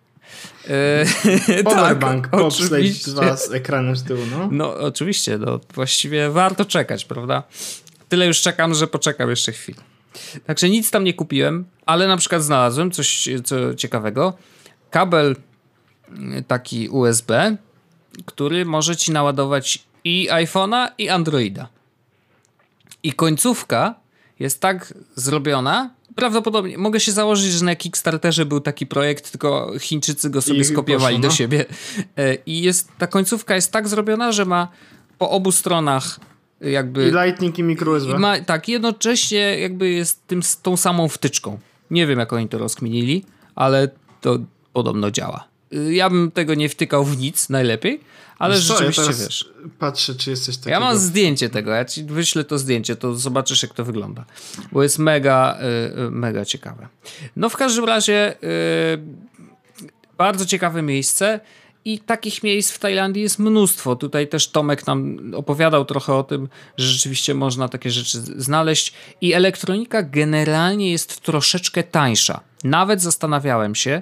powerbank, tak, popsleć 2 z ekranem z tyłu, no. No oczywiście, właściwie warto czekać, prawda? Tyle już czekam, że poczekam jeszcze chwilę. Także nic tam nie kupiłem, ale na przykład znalazłem coś ciekawego. Kabel taki USB, który może ci naładować i iPhone'a, i Androida. I końcówka jest tak zrobiona, prawdopodobnie mogę się założyć, że na Kickstarterze był taki projekt, tylko Chińczycy go sobie skopiowali do siebie. I ta końcówka jest tak zrobiona, że ma po obu stronach jakby... I Lightning i micro USB. Tak, jednocześnie jakby jest tą samą wtyczką. Nie wiem, jak oni to rozkminili, ale to podobno działa. Ja bym tego nie wtykał w nic najlepiej, ale rzeczywiście, ja wiesz... Patrzę, czy jest coś takiego. Ja mam zdjęcie tego, ja ci wyślę to zdjęcie, to zobaczysz, jak to wygląda. Bo jest mega ciekawe. No w każdym razie bardzo ciekawe miejsce. I takich miejsc w Tajlandii jest mnóstwo. Tutaj też Tomek nam opowiadał trochę o tym, że rzeczywiście można takie rzeczy znaleźć. I elektronika generalnie jest troszeczkę tańsza. Nawet zastanawiałem się,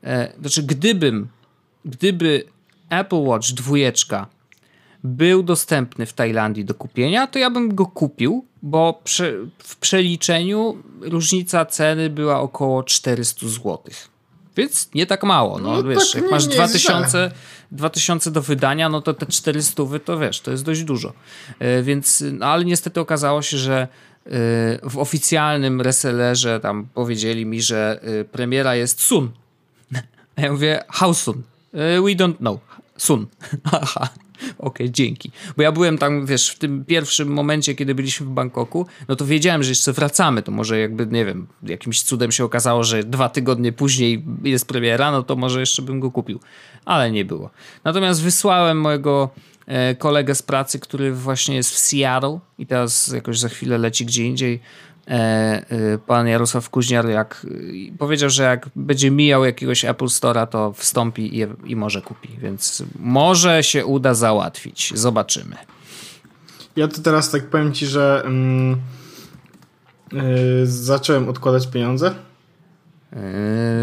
gdyby Apple Watch 2 był dostępny w Tajlandii do kupienia, to ja bym go kupił, bo w przeliczeniu różnica ceny była około 400 zł. Więc nie tak mało. No wiesz, tak jak masz 2000 do wydania, no to te 400 to wiesz, to jest dość dużo. Więc, ale niestety okazało się, że w oficjalnym resellerze tam powiedzieli mi, że premiera jest soon. A ja mówię, how soon? We don't know. Soon. Aha. Okej, dzięki. Bo ja byłem tam, wiesz, w tym pierwszym momencie, kiedy byliśmy w Bangkoku, no to wiedziałem, że jeszcze wracamy, to może jakby, nie wiem, jakimś cudem się okazało, że 2 tygodnie później jest premiera, no to może jeszcze bym go kupił. Ale nie było. Natomiast wysłałem mojego kolegę z pracy, który właśnie jest w Seattle i teraz jakoś za chwilę leci gdzie indziej. Pan Jarosław Kuźniar powiedział, że jak będzie mijał jakiegoś Apple Store'a, to wstąpi i może kupi, więc może się uda załatwić. Zobaczymy. Ja to teraz tak powiem ci, że zacząłem odkładać pieniądze.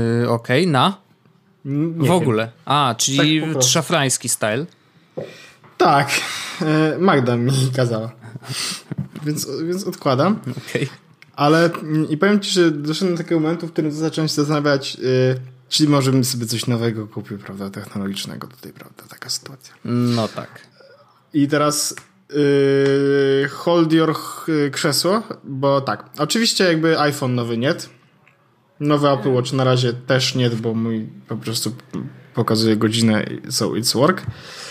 Okej, na? Nie w ogóle. wiem. Czyli tak szafrański style. Tak, Magda mi kazała. Więc odkładam. Okej. Ale i powiem ci, że doszedłem do takiego momentu, w którym zacząłem się zastanawiać, czyli może bym sobie coś nowego kupił, prawda, technologicznego tutaj, prawda, taka sytuacja. No tak. I teraz hold your krzesło, bo tak, oczywiście jakby iPhone nowy nie, nowy Apple Watch na razie też nie, bo mój po prostu pokazuje godzinę, so it's work.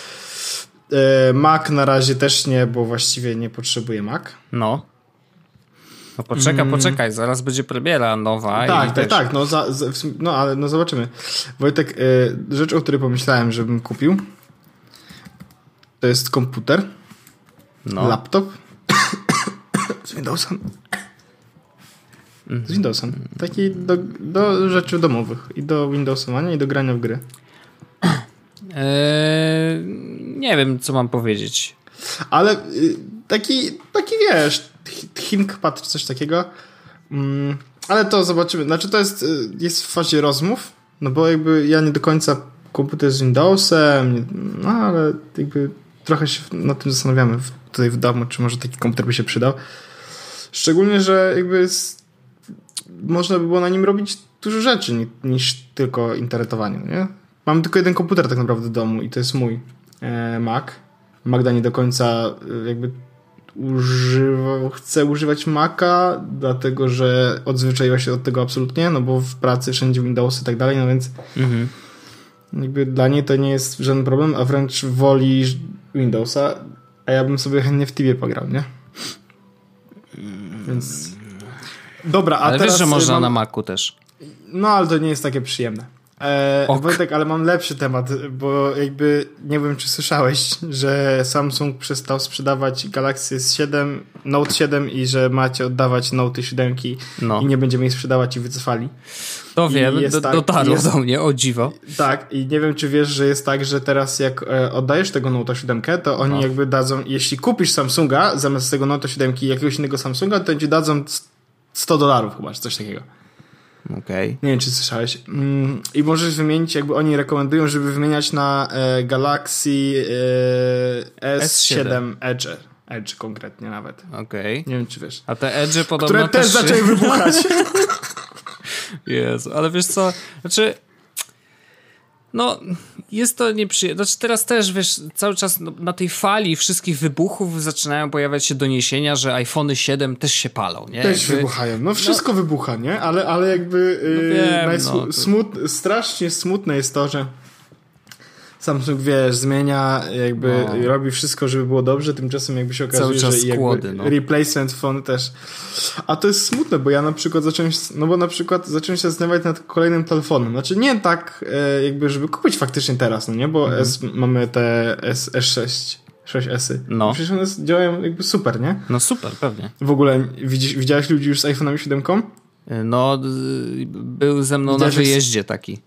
Mac na razie też nie, bo właściwie nie potrzebuję Mac. No poczekaj, zaraz będzie premiera nowa. Tak, no ale no zobaczymy. Wojtek, rzecz, o której pomyślałem, żebym kupił, to jest komputer, laptop z Windowsem. Z Windowsem. Taki do rzeczy domowych i do Windowsowania i do grania w gry. Nie wiem, co mam powiedzieć. Ale taki wiesz, ThinkPad czy coś takiego. Ale to zobaczymy. Znaczy to jest w fazie rozmów, no bo jakby ja nie do końca komputer z Windowsem, no ale jakby trochę się nad tym zastanawiamy tutaj w domu, czy może taki komputer by się przydał. Szczególnie, że jakby można by było na nim robić dużo rzeczy niż tylko internetowanie, nie? Mam tylko jeden komputer tak naprawdę w domu i to jest mój Mac. Magda nie do końca jakby chce używać Maca, dlatego że odzwyczaiła się od tego absolutnie, no bo w pracy wszędzie Windows i tak dalej, no więc jakby dla niej to nie jest żaden problem, a wręcz woli Windowsa, a ja bym sobie chętnie w Tibie pograł, nie? Więc... Dobra, a ale teraz... wiesz, że można na Macu też. No, ale to nie jest takie przyjemne. Wojtek, ale mam lepszy temat, bo jakby nie wiem, czy słyszałeś, że Samsung przestał sprzedawać Galaxy S7, Note 7 i że macie oddawać Note 7 i nie będziemy ich sprzedawać i wycofali. To wiem, dotarło do mnie, o dziwo. Tak, i nie wiem, czy wiesz, że jest tak, że teraz jak oddajesz tego Note 7, to oni jakby dadzą, jeśli kupisz Samsunga zamiast tego Note 7 i jakiegoś innego Samsunga, to ci dadzą $100 chyba, czy coś takiego. Okay. Nie wiem, czy słyszałeś. I możesz wymienić, jakby oni rekomendują, żeby wymieniać na Galaxy S7 Edge konkretnie nawet. Okej. Nie wiem, czy wiesz. A te Edge podobno które też zaczęły wybuchać. Jezu, ale wiesz co, znaczy no, jest to nieprzyjemne. Znaczy teraz też, wiesz, cały czas na tej fali wszystkich wybuchów zaczynają pojawiać się doniesienia, że iPhony 7 też się palą, nie? Też wybuchają. No wszystko wybucha, nie? Ale jakby strasznie smutne jest to, że Samsung, wiesz, zmienia, jakby robi wszystko, żeby było dobrze, tymczasem jakby się okazuje, że skłody, replacement phone też. A to jest smutne, bo ja na przykład zacząłem się zastanawiać nad kolejnym telefonem. Znaczy nie tak jakby, żeby kupić faktycznie teraz, no nie? Bo mamy te S6. 6S-y. No. Przecież one działają jakby super, nie? No super, pewnie. W ogóle widziałeś ludzi już z iPhone'ami 7? No, był ze mną na wyjeździe taki.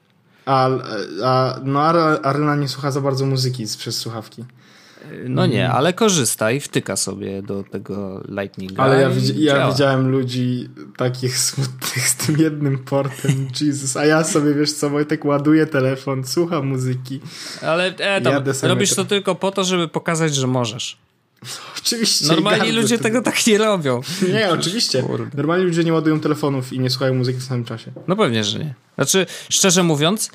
Arlena nie słucha za bardzo muzyki przez słuchawki. No nie, ale korzysta i wtyka sobie do tego Lightninga. Ale ja widziałem ludzi takich smutnych z tym jednym portem, Jesus, a ja sobie, wiesz co, Wojtek, ładuję telefon, słucham muzyki. Ale robisz to tylko po to, żeby pokazać, że możesz. Oczywiście. Normalni ludzie tego tak nie robią. Nie, oczywiście. Kurde. Normalni ludzie nie ładują telefonów i nie słuchają muzyki w samym czasie. No pewnie, że nie. Znaczy, szczerze mówiąc,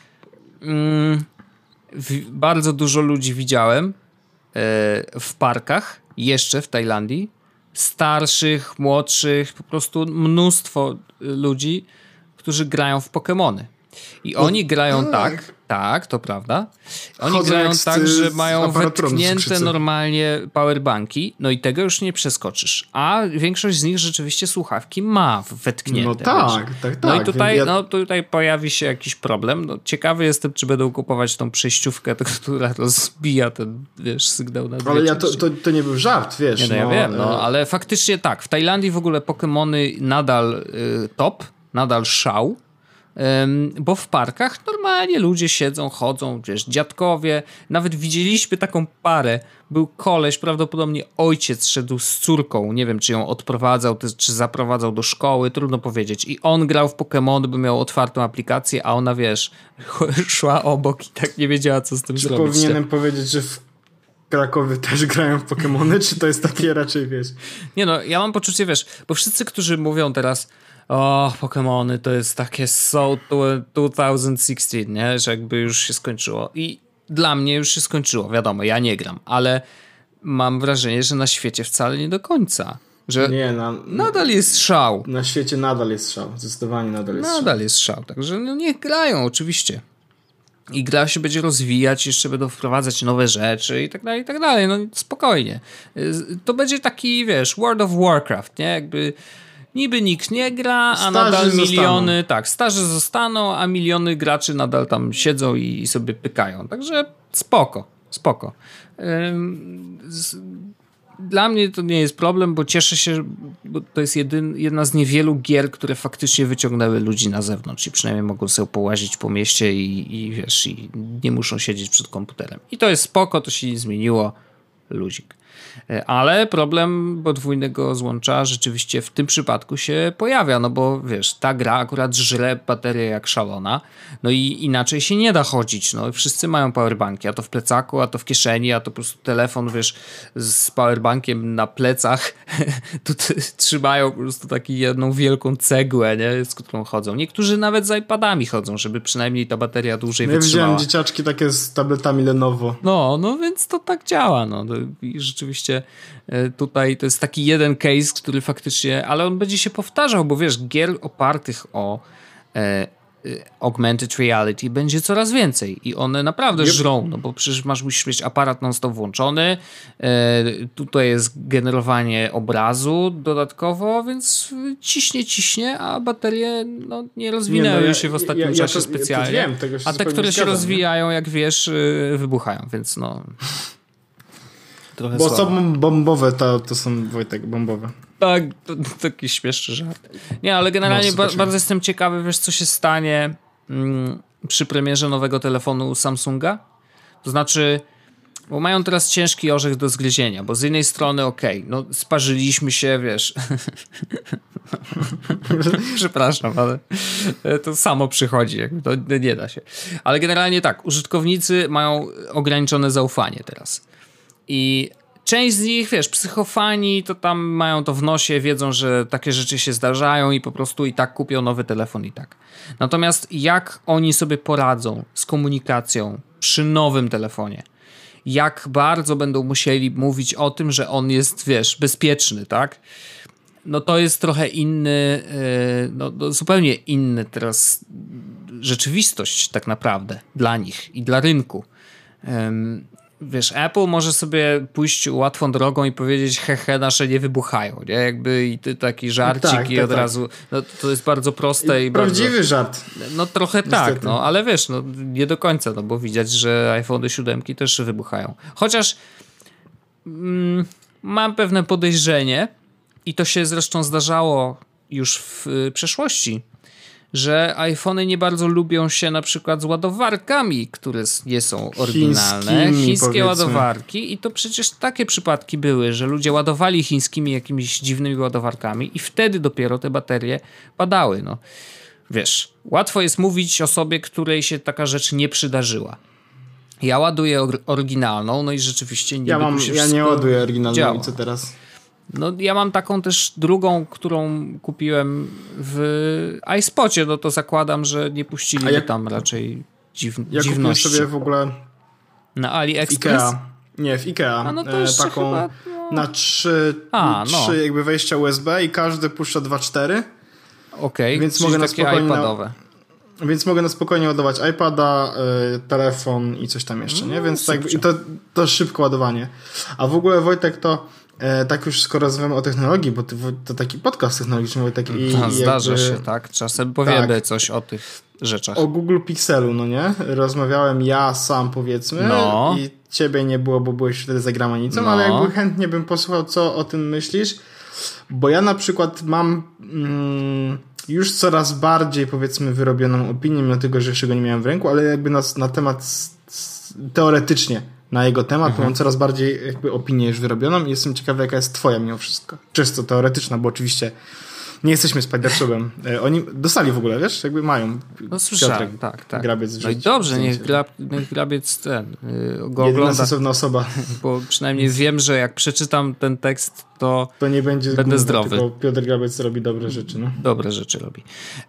bardzo dużo ludzi widziałem w parkach, jeszcze w Tajlandii, starszych, młodszych, po prostu mnóstwo ludzi, którzy grają w Pokemony. I oni grają tak, to prawda. Oni grają tak, że mają wetknięte normalnie powerbanki, no i tego już nie przeskoczysz. A większość z nich rzeczywiście słuchawki ma wetknięte. No tak. No i tutaj pojawi się jakiś problem. No, ciekawy jestem, czy będą kupować tą przejściówkę, która rozbija ten, wiesz, sygnał na ale to nie był żart, wiesz. Nie, no ja wiem, ale faktycznie tak. W Tajlandii w ogóle Pokemony nadal nadal szał. Bo w parkach normalnie ludzie siedzą, chodzą, wiesz, dziadkowie. Nawet widzieliśmy taką parę. Był koleś, prawdopodobnie ojciec szedł z córką. Nie wiem, czy ją odprowadzał, czy zaprowadzał do szkoły. Trudno powiedzieć. I on grał w Pokemony, bo miał otwartą aplikację, a ona, wiesz, szła obok i tak nie wiedziała, co z tym zrobić. Powinienem powiedzieć, że w Krakowie też grają w Pokemony, czy to jest takie raczej, wiesz? Nie no, ja mam poczucie, wiesz, bo wszyscy, którzy mówią teraz o, Pokemony to jest takie so 2016, nie? Że jakby już się skończyło. I dla mnie już się skończyło, wiadomo, ja nie gram, ale mam wrażenie, że na świecie wcale nie do końca. Że nie, nadal jest szał. Na świecie nadal jest szał, zdecydowanie nadal jest szał. Nadal jest szał, także no niech grają oczywiście. I gra się będzie rozwijać, jeszcze będą wprowadzać nowe rzeczy i tak dalej, no spokojnie. To będzie taki, wiesz, World of Warcraft, nie? Jakby niby nikt nie gra, a starzy nadal miliony, zostaną. tak, starzy zostaną, a miliony graczy nadal tam siedzą i sobie pykają. Także spoko. Dla mnie to nie jest problem, bo cieszę się, bo to jest jedna z niewielu gier, które faktycznie wyciągnęły ludzi na zewnątrz i przynajmniej mogą sobie połazić po mieście i wiesz, i nie muszą siedzieć przed komputerem. I to jest spoko, to się nie zmieniło, luzik. Ale problem podwójnego złącza rzeczywiście w tym przypadku się pojawia, no bo wiesz, ta gra akurat żre baterię jak szalona, no i inaczej się nie da chodzić, no wszyscy mają powerbanki, a to w plecaku, a to w kieszeni, a to po prostu telefon, wiesz, z powerbankiem na plecach, tu trzymają po prostu taką jedną wielką cegłę, nie, z którą chodzą. Niektórzy nawet z iPadami chodzą, żeby przynajmniej ta bateria dłużej wytrzymała. Ja widziałem dzieciaczki takie z tabletami Lenovo. No więc to tak działa, no i rzeczywiście tutaj to jest taki jeden case, który faktycznie, ale on będzie się powtarzał, bo wiesz, gier opartych o augmented reality będzie coraz więcej i one naprawdę żrą, no bo przecież musisz mieć aparat non-stop włączony, tutaj jest generowanie obrazu dodatkowo, więc ciśnie, a baterie no, nie rozwinęły się w ostatnim czasie specjalnie, a te, które się rozwijają, jak wiesz, wybuchają, więc no trochę bo słabo. są bombowe, to są, Wojtek, bombowe. Tak, to taki śmieszny żart. Nie, ale generalnie bardzo jestem ciekawy, wiesz, co się stanie przy premierze nowego telefonu Samsunga. To znaczy, bo mają teraz ciężki orzech do zgryzienia, bo z jednej strony no sparzyliśmy się, wiesz. Przepraszam, ale to samo przychodzi, jakby to nie da się. Ale generalnie tak, użytkownicy mają ograniczone zaufanie teraz. I część z nich, wiesz, psychofani to tam mają to w nosie, wiedzą, że takie rzeczy się zdarzają i po prostu i tak kupią nowy telefon i tak. Natomiast jak oni sobie poradzą z komunikacją przy nowym telefonie? Jak bardzo będą musieli mówić o tym, że on jest, wiesz, bezpieczny, tak? No to jest trochę inny, no zupełnie inny teraz rzeczywistość tak naprawdę dla nich i dla rynku. Wiesz, Apple może sobie pójść łatwą drogą i powiedzieć hehe, nasze nie wybuchają, nie? Jakby i taki żarcik tak, i od razu, no to jest bardzo proste i prawdziwy bardzo, żart. No trochę niestety. Tak, no ale wiesz, no nie do końca, no bo widać, że iPhone 7 też wybuchają. Chociaż mam pewne podejrzenie i to się zresztą zdarzało już w przeszłości, że iPhony nie bardzo lubią się na przykład z ładowarkami, które nie są oryginalne. Chińskie ładowarki i to przecież takie przypadki były, że ludzie ładowali chińskimi jakimiś dziwnymi ładowarkami i wtedy dopiero te baterie padały. No. Wiesz, łatwo jest mówić osobie, której się taka rzecz nie przydarzyła. Ja ładuję oryginalną, no i rzeczywiście nie ja nie ładuję oryginalną i co teraz? No ja mam taką też drugą, którą kupiłem w iSpocie, no to zakładam, że nie puścili tam raczej dziwności. Ja kupiłem sobie w ogóle na AliExpress? Ikea. Nie, w Ikea. No to taką chyba, na trzy jakby wejścia USB i każdy puszcza 2.4. Okej, więc mogę na spokojnie iPadowe. Więc mogę na spokojnie ładować iPada, telefon i coś tam jeszcze, nie? Więc tak, i to szybko ładowanie. A w ogóle, Wojtek, to tak już skoro rozmawiamy o technologii, bo to taki podcast technologiczny, Wojtek. Zdarza się, tak? Czasem powiemy coś o tych rzeczach. O Google Pixelu, no nie? Rozmawiałem ja sam, powiedzmy, i ciebie nie było, bo byłeś wtedy za granicą, ale jakby chętnie bym posłuchał, co o tym myślisz, bo ja na przykład mam już coraz bardziej, powiedzmy, wyrobioną opinię, mimo tego, że jeszcze go nie miałem w ręku, ale jakby na temat teoretycznie na jego temat, mam coraz bardziej jakby opinię już wyrobioną i jestem ciekawy, jaka jest twoja mimo wszystko. Czysto teoretyczna, bo oczywiście Nie jesteśmy Spider-Shopem. Oni dostali w ogóle, wiesz? Jakby mają. No słyszałem, tak. Grabiec no i dobrze, niech Grabiec go ogląda. Jedyna sensowna osoba. Bo przynajmniej wiem, że jak przeczytam ten tekst, to nie będzie będę zdrowy. Tylko Piotr Grabiec robi dobre rzeczy. No. Dobre rzeczy robi.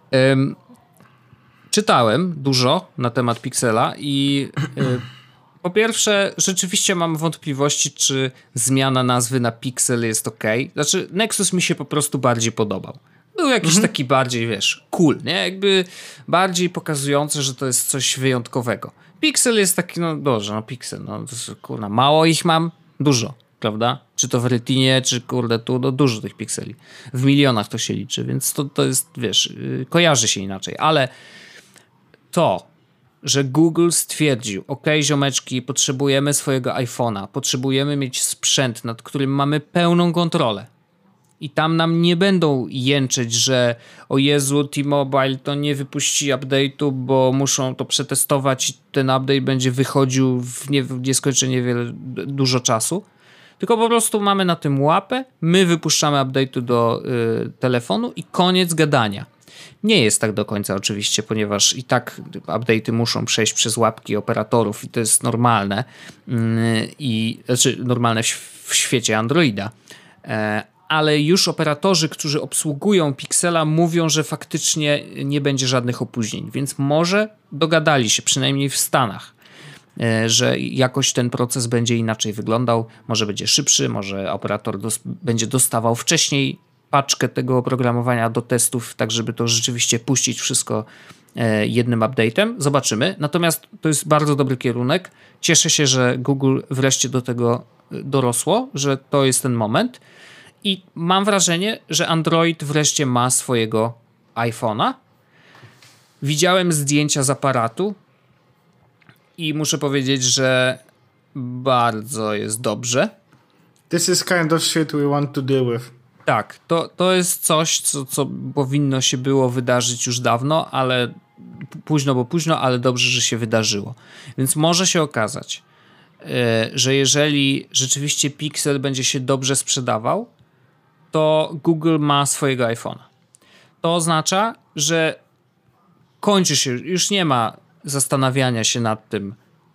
Czytałem dużo na temat Pixela i po pierwsze, rzeczywiście mam wątpliwości, czy zmiana nazwy na Pixel jest ok. Znaczy, Nexus mi się po prostu bardziej podobał. Był jakiś taki bardziej, wiesz, cool, nie? Jakby bardziej pokazujący, że to jest coś wyjątkowego. Pixel jest taki, no dobrze, no Pixel, no to jest, kurna, mało ich mam, dużo, prawda? Czy to w Retinie, czy kurde tu, no dużo tych pikseli. W milionach to się liczy, więc to jest, wiesz, kojarzy się inaczej, ale to, że Google stwierdził, ziomeczki, potrzebujemy swojego iPhone'a, potrzebujemy mieć sprzęt, nad którym mamy pełną kontrolę. I tam nam nie będą jęczeć, że o Jezu, T-Mobile to nie wypuści update'u, bo muszą to przetestować i ten update będzie wychodził w nieskończenie dużo czasu. Tylko po prostu mamy na tym łapę, my wypuszczamy update'u do telefonu i koniec gadania. Nie jest tak do końca oczywiście, ponieważ i tak update'y muszą przejść przez łapki operatorów i to jest normalne. Znaczy normalne w świecie Androida. Ale już operatorzy, którzy obsługują Pixela, mówią, że faktycznie nie będzie żadnych opóźnień, więc może dogadali się, przynajmniej w Stanach, że jakoś ten proces będzie inaczej wyglądał, może będzie szybszy, może operator będzie dostawał wcześniej paczkę tego oprogramowania do testów, tak żeby to rzeczywiście puścić wszystko jednym update'em. Zobaczymy. Natomiast to jest bardzo dobry kierunek. Cieszę się, że Google wreszcie do tego dorosło, że to jest ten moment. I mam wrażenie, że Android wreszcie ma swojego iPhone'a. Widziałem zdjęcia z aparatu i muszę powiedzieć, że bardzo jest dobrze. This is kind of shit we want to deal with. Tak, to jest coś, co powinno się było wydarzyć już dawno, ale późno, ale dobrze, że się wydarzyło. Więc może się okazać, że jeżeli rzeczywiście Pixel będzie się dobrze sprzedawał, to Google ma swojego iPhone'a. To oznacza, że kończy się, już nie ma zastanawiania się nad tym,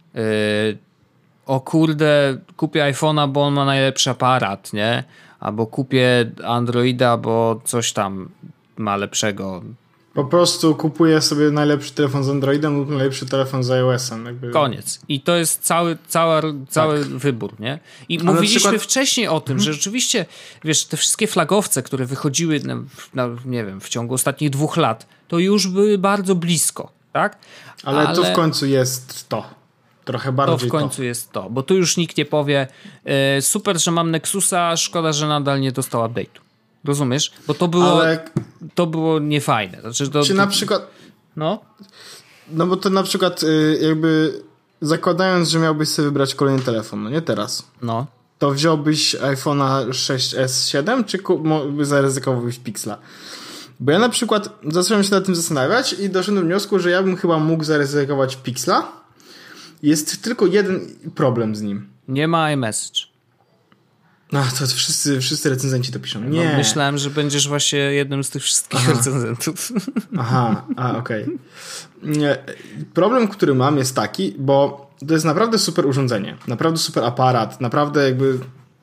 o kurde, kupię iPhone'a, bo on ma najlepszy aparat, nie? Albo kupię Androida, bo coś tam ma lepszego. Po prostu kupuję sobie najlepszy telefon z Androidem lub najlepszy telefon z iOS-em. Jakby... Koniec. I to jest cały wybór, nie? I a mówiliśmy wcześniej o tym, że rzeczywiście, wiesz, te wszystkie flagowce, które wychodziły nie wiem, w ciągu ostatnich 2 lat, to już były bardzo blisko, tak? Ale to w końcu jest to. Trochę bardziej to w końcu jest to, bo tu już nikt nie powie super, że mam Nexusa, szkoda, że nadal nie dostał update'u. Rozumiesz? Bo to było niefajne. Znaczy czy na przykład... No bo to na przykład jakby zakładając, że miałbyś sobie wybrać kolejny telefon, no nie teraz. No. To wziąłbyś iPhone'a 6s 7 czy zaryzykowałbyś Pixla? Bo ja na przykład zacząłem się nad tym zastanawiać i doszedłem do wniosku, że ja bym chyba mógł zaryzykować Pixla. Jest tylko jeden problem z nim. Nie ma iMessage. No to wszyscy recenzenci to piszą. Nie. No, myślałem, że będziesz właśnie jednym z tych wszystkich recenzentów. Okej. Problem, który mam jest taki, bo to jest naprawdę super urządzenie. Naprawdę super aparat. Naprawdę jakby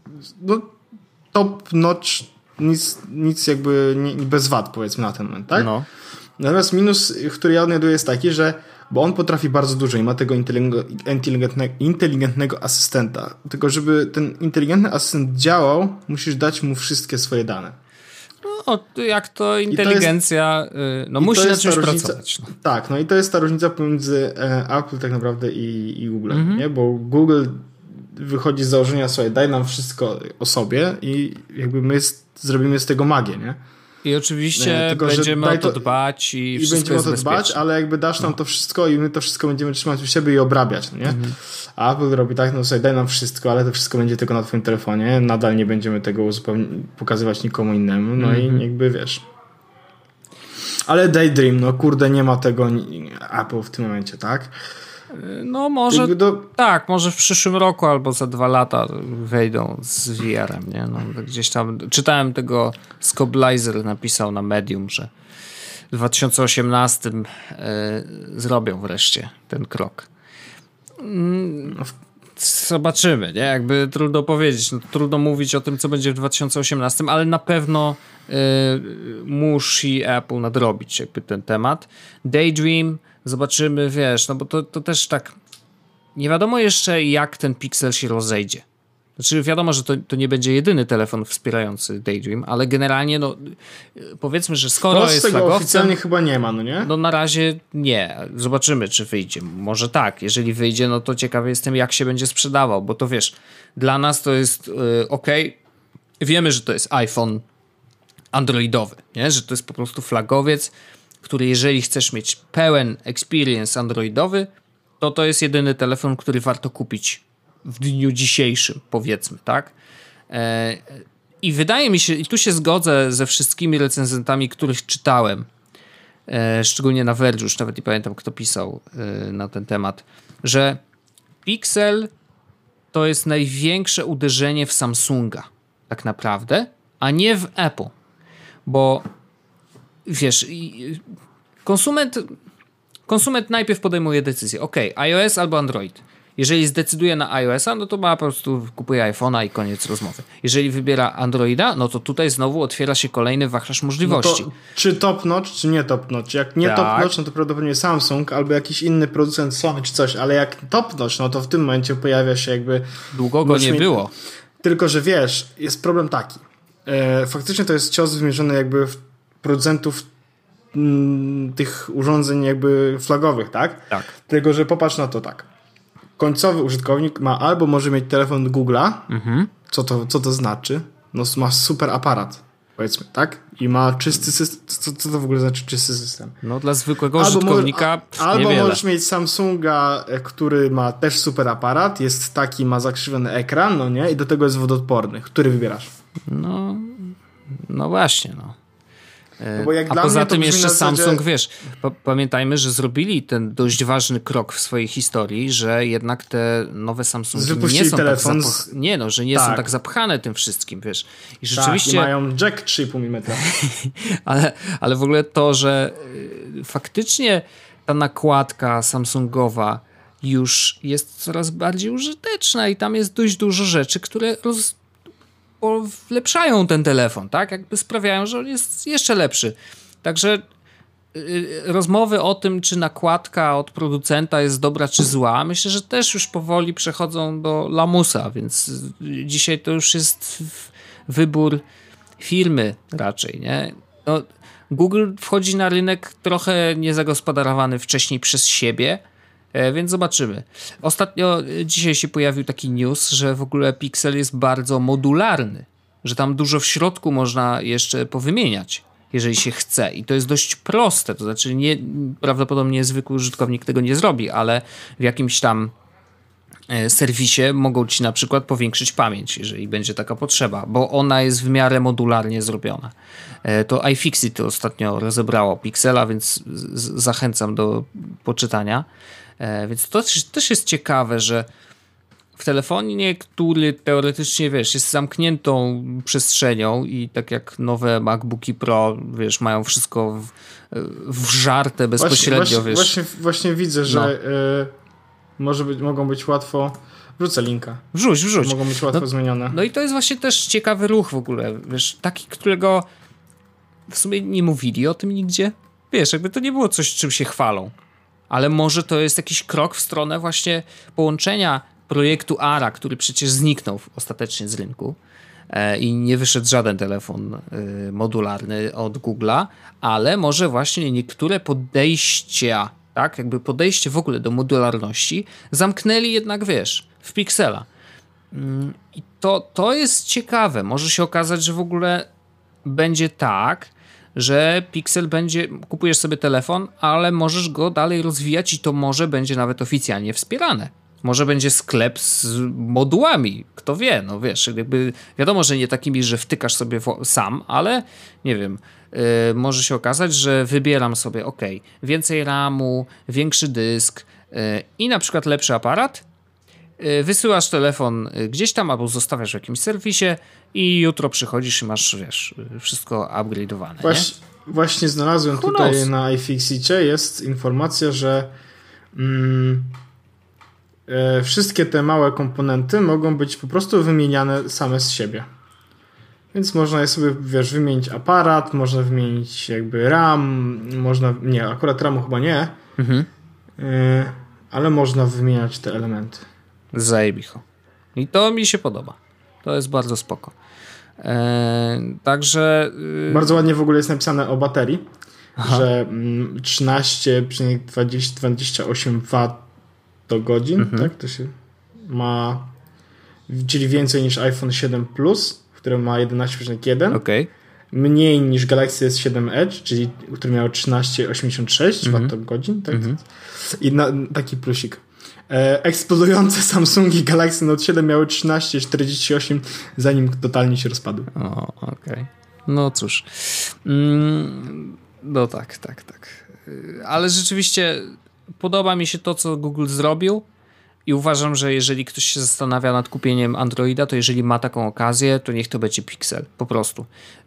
top notch, nic jakby bez wad powiedzmy na ten moment, tak? No. Natomiast minus, który ja odnajduję jest taki, że bo on potrafi bardzo dużo i ma tego inteligentnego asystenta. Tylko żeby ten inteligentny asystent działał, musisz dać mu wszystkie swoje dane. No, jak to inteligencja musi na czymś pracować. No. Tak, no i to jest ta różnica pomiędzy Apple tak naprawdę i Google, nie? Bo Google wychodzi z założenia, słuchaj, daj nam wszystko o sobie i jakby my zrobimy z tego magię, nie? I oczywiście tylko, będziemy o to dbać i wszystko będziemy o to dbać, ale jakby dasz nam to wszystko i my to wszystko będziemy trzymać u siebie i obrabiać, no nie? A Apple robi tak, no sobie daj nam wszystko, ale to wszystko będzie tylko na twoim telefonie, nadal nie będziemy tego zupełnie pokazywać nikomu innemu, no i jakby wiesz. Ale Daydream, no kurde, nie ma tego Apple w tym momencie, tak? No może tak, może w przyszłym roku albo za 2 lata wejdą z VR-em, nie? No, gdzieś tam czytałem tego, Scoblizer napisał na Medium, że w 2018 zrobią wreszcie ten krok. Zobaczymy, nie? Jakby trudno powiedzieć, no, trudno mówić o tym, co będzie w 2018, ale na pewno musi Apple nadrobić jakby ten temat. Daydream, zobaczymy, wiesz, no bo to też tak nie wiadomo jeszcze, jak ten Pixel się rozejdzie. Znaczy wiadomo, że to nie będzie jedyny telefon wspierający Daydream, ale generalnie no powiedzmy, że skoro jest flagowcem... oficjalnie chyba nie ma, no nie? No na razie nie. Zobaczymy, czy wyjdzie. Może tak. Jeżeli wyjdzie, no to ciekawy jestem, jak się będzie sprzedawał, bo to wiesz, dla nas to jest okej. Wiemy, że to jest iPhone androidowy, nie? Że to jest po prostu flagowiec, który jeżeli chcesz mieć pełen experience androidowy, to jest jedyny telefon, który warto kupić w dniu dzisiejszym, powiedzmy, tak? I wydaje mi się, i tu się zgodzę ze wszystkimi recenzentami, których czytałem, szczególnie na Verge, już nawet nie pamiętam, kto pisał na ten temat, że Pixel to jest największe uderzenie w Samsunga, tak naprawdę, a nie w Apple. Bo wiesz, konsument najpierw podejmuje decyzję. Ok, iOS albo Android. Jeżeli zdecyduje na iOS-a, no to ma po prostu kupuje iPhone'a i koniec rozmowy. Jeżeli wybiera Androida, no to tutaj znowu otwiera się kolejny wachlarz możliwości. No to, czy top notch, czy nie top notch? Jak nie top notch, no to prawdopodobnie Samsung albo jakiś inny producent Sony czy coś, ale jak top notch, no to w tym momencie pojawia się jakby... Długo go nie było. Tylko, że wiesz, jest problem taki. Faktycznie to jest cios wymierzony jakby w producentów tych urządzeń jakby flagowych, tak? Tak. Tylko, że popatrz na to tak. Końcowy użytkownik ma albo może mieć telefon Google'a, co to znaczy? No ma super aparat, powiedzmy, tak? I ma czysty system. Co to w ogóle znaczy czysty system? No dla zwykłego użytkownika albo możesz mieć Samsunga, który ma też super aparat, jest taki, ma zakrzywiony ekran, no nie? I do tego jest wodoodporny. Który wybierasz? No właśnie, no. No bo jak a dla poza mnie to tym jeszcze zasadzie... Samsung, wiesz, pamiętajmy, że zrobili ten dość ważny krok w swojej historii, że jednak te nowe Samsungi nie są telefon że nie są tak zapchane tym wszystkim, wiesz. I rzeczywiście... Tak, i mają jack 3,5 mm. ale w ogóle to, że faktycznie ta nakładka Samsungowa już jest coraz bardziej użyteczna i tam jest dość dużo rzeczy, które wlepszają ten telefon, tak? Jakby sprawiają, że on jest jeszcze lepszy. Także rozmowy o tym, czy nakładka od producenta jest dobra czy zła, myślę, że też już powoli przechodzą do lamusa, więc dzisiaj to już jest wybór firmy raczej, nie? No, Google wchodzi na rynek trochę niezagospodarowany wcześniej przez siebie, więc zobaczymy. Ostatnio dzisiaj się pojawił taki news, że w ogóle Pixel jest bardzo modularny, że tam dużo w środku można jeszcze powymieniać, jeżeli się chce. I to jest dość proste, to znaczy prawdopodobnie zwykły użytkownik tego nie zrobi, ale w jakimś tam serwisie mogą ci na przykład powiększyć pamięć, jeżeli będzie taka potrzeba, bo ona jest w miarę modularnie zrobiona. To iFixit ostatnio rozebrało Pixela, więc zachęcam do poczytania. Więc to też jest ciekawe, że w telefonie, który teoretycznie, wiesz, jest zamkniętą przestrzenią i tak jak nowe MacBooki Pro, wiesz, mają wszystko wżarte bezpośrednio, wiesz. Właśnie widzę, że mogą być łatwo... Wrzucę linka. Wrzuć. Mogą być łatwo zmienione. No i to jest właśnie też ciekawy ruch w ogóle, wiesz, taki, którego w sumie nie mówili o tym nigdzie. Wiesz, jakby to nie było coś, czym się chwalą. Ale może to jest jakiś krok w stronę właśnie połączenia projektu ARA, który przecież zniknął ostatecznie z rynku i nie wyszedł żaden telefon modularny od Google'a, ale może właśnie niektóre podejścia, tak, jakby podejście w ogóle do modularności zamknęli jednak, wiesz, w Pixela. I to jest ciekawe. Może się okazać, że w ogóle będzie tak, że Pixel kupujesz sobie telefon, ale możesz go dalej rozwijać i to może będzie nawet oficjalnie wspierane. Może będzie sklep z modułami, kto wie, no wiesz, jakby wiadomo, że nie takimi, że wtykasz sobie sam, ale nie wiem, może się okazać, że wybieram sobie, więcej RAMu, większy dysk, i na przykład lepszy aparat, wysyłasz telefon gdzieś tam albo zostawiasz w jakimś serwisie i jutro przychodzisz i masz, wiesz, wszystko upgrade'owane. Właśnie znalazłem tutaj na iFixicie jest informacja, że wszystkie te małe komponenty mogą być po prostu wymieniane same z siebie. Więc można je sobie, wiesz, wymienić aparat, można wymienić jakby RAM, nie, akurat RAMu chyba nie, ale można wymieniać te elementy. Zajebicho. I to mi się podoba. To jest bardzo spoko. Także... Bardzo ładnie w ogóle jest napisane o baterii, że 13,28 Wh, tak? To się ma, czyli więcej niż iPhone 7 Plus, który ma 11,1. Okay. Mniej niż Galaxy S7 Edge, czyli który miał 13,86 Wh, tak? I taki plusik. Eksplodujące Samsungi Galaxy Note 7 miały 13,48, zanim totalnie się rozpadły. Okej. No cóż. No tak. Ale rzeczywiście podoba mi się to, co Google zrobił i uważam, że jeżeli ktoś się zastanawia nad kupieniem Androida, to jeżeli ma taką okazję, to niech to będzie Pixel. Po prostu.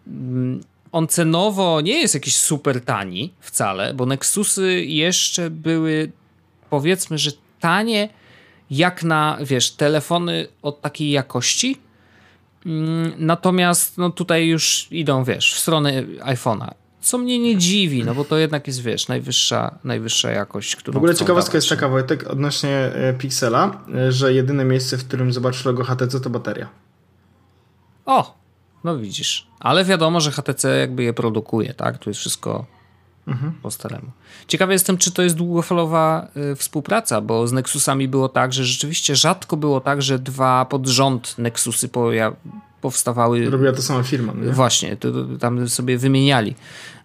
On cenowo nie jest jakiś super tani wcale, bo Nexusy jeszcze były, powiedzmy, że tanie jak na, wiesz, telefony od takiej jakości. Natomiast no tutaj już idą, wiesz, w stronę iPhone'a. Co mnie nie dziwi, no bo to jednak jest, wiesz, najwyższa jakość, którą w ogóle ciekawostka jest taka, Wojtek, odnośnie Pixela, że jedyne miejsce, w którym zobaczysz logo HTC, to bateria. O, no widzisz. Ale wiadomo, że HTC jakby je produkuje, tak? Tu jest wszystko po staremu. Ciekawy jestem, czy to jest długofalowa współpraca, bo z Nexusami było tak, że rzeczywiście rzadko było tak, że dwa pod rząd Nexusy powstawały. Robiła to sama firma. Nie? Właśnie, to tam sobie wymieniali.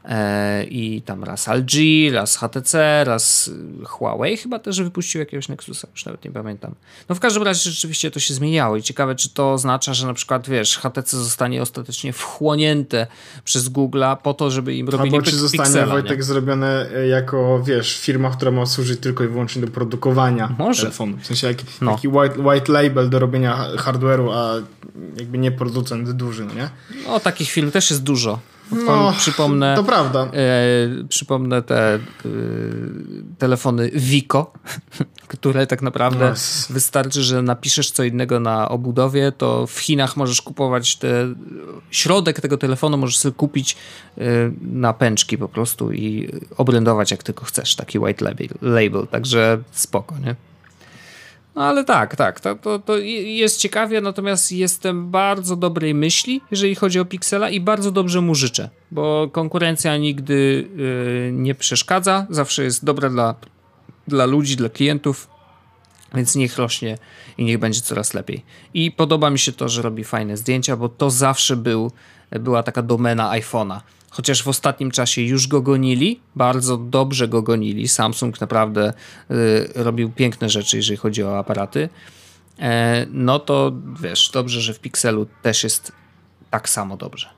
I tam raz LG, raz HTC, raz Huawei chyba też wypuścił jakiegoś Nexusa, już nawet nie pamiętam. No w każdym razie rzeczywiście to się zmieniało i ciekawe, czy to oznacza, że na przykład, wiesz, HTC zostanie ostatecznie wchłonięte przez Google'a po to, żeby im robili albo czy zostanie, Pixela, Wojtek, zrobione jako, wiesz, firma, która ma służyć tylko i wyłącznie do produkowania telefonu. W sensie taki white label do robienia hardware'u, a jakby nie producent duży, no nie? No takich firm też jest dużo. Przypomnę, to prawda. Przypomnę te telefony Vico, które tak naprawdę wystarczy, że napiszesz co innego na obudowie, to w Chinach możesz kupować środek tego telefonu możesz sobie kupić na pęczki po prostu i obrędować jak tylko chcesz, taki white label, także spoko, nie? No ale tak, to jest ciekawie, natomiast jestem bardzo dobrej myśli, jeżeli chodzi o Pixela i bardzo dobrze mu życzę, bo konkurencja nigdy nie przeszkadza, zawsze jest dobra dla ludzi, dla klientów, więc niech rośnie i niech będzie coraz lepiej. I podoba mi się to, że robi fajne zdjęcia, bo to zawsze była taka domena iPhone'a. Chociaż w ostatnim czasie już go gonili, bardzo dobrze go gonili. Samsung naprawdę robił piękne rzeczy, jeżeli chodzi o aparaty. No to wiesz, dobrze, że w Pixelu też jest tak samo dobrze.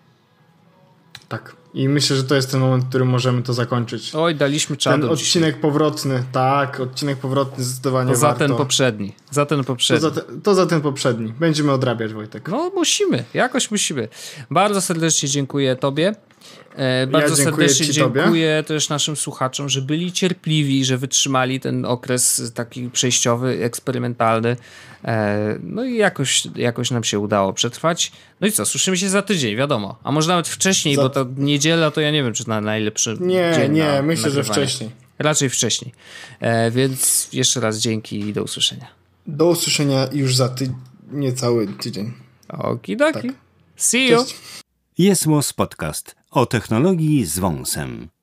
Tak. I myślę, że to jest ten moment, w którym możemy to zakończyć. Oj, daliśmy czadu. Ten odcinek dzisiaj. Powrotny, tak, odcinek powrotny zdecydowanie to warto. Za ten poprzedni. To za ten poprzedni. Będziemy odrabiać, Wojtek. No jakoś musimy. Bardzo serdecznie dziękuję tobie. Bardzo serdecznie dziękuję też naszym słuchaczom, że byli cierpliwi, że wytrzymali ten okres taki przejściowy, eksperymentalny. No i jakoś nam się udało przetrwać. No i co, słyszymy się za tydzień, wiadomo. A może nawet wcześniej, bo to niedziela to ja nie wiem, czy na najlepszy dzień. Nie, myślę, że wcześniej. Raczej wcześniej. Więc jeszcze raz dzięki i do usłyszenia. Do usłyszenia już za niecały tydzień. Okidoki. Tak. See you. Jest Podcast o technologii z wąsem.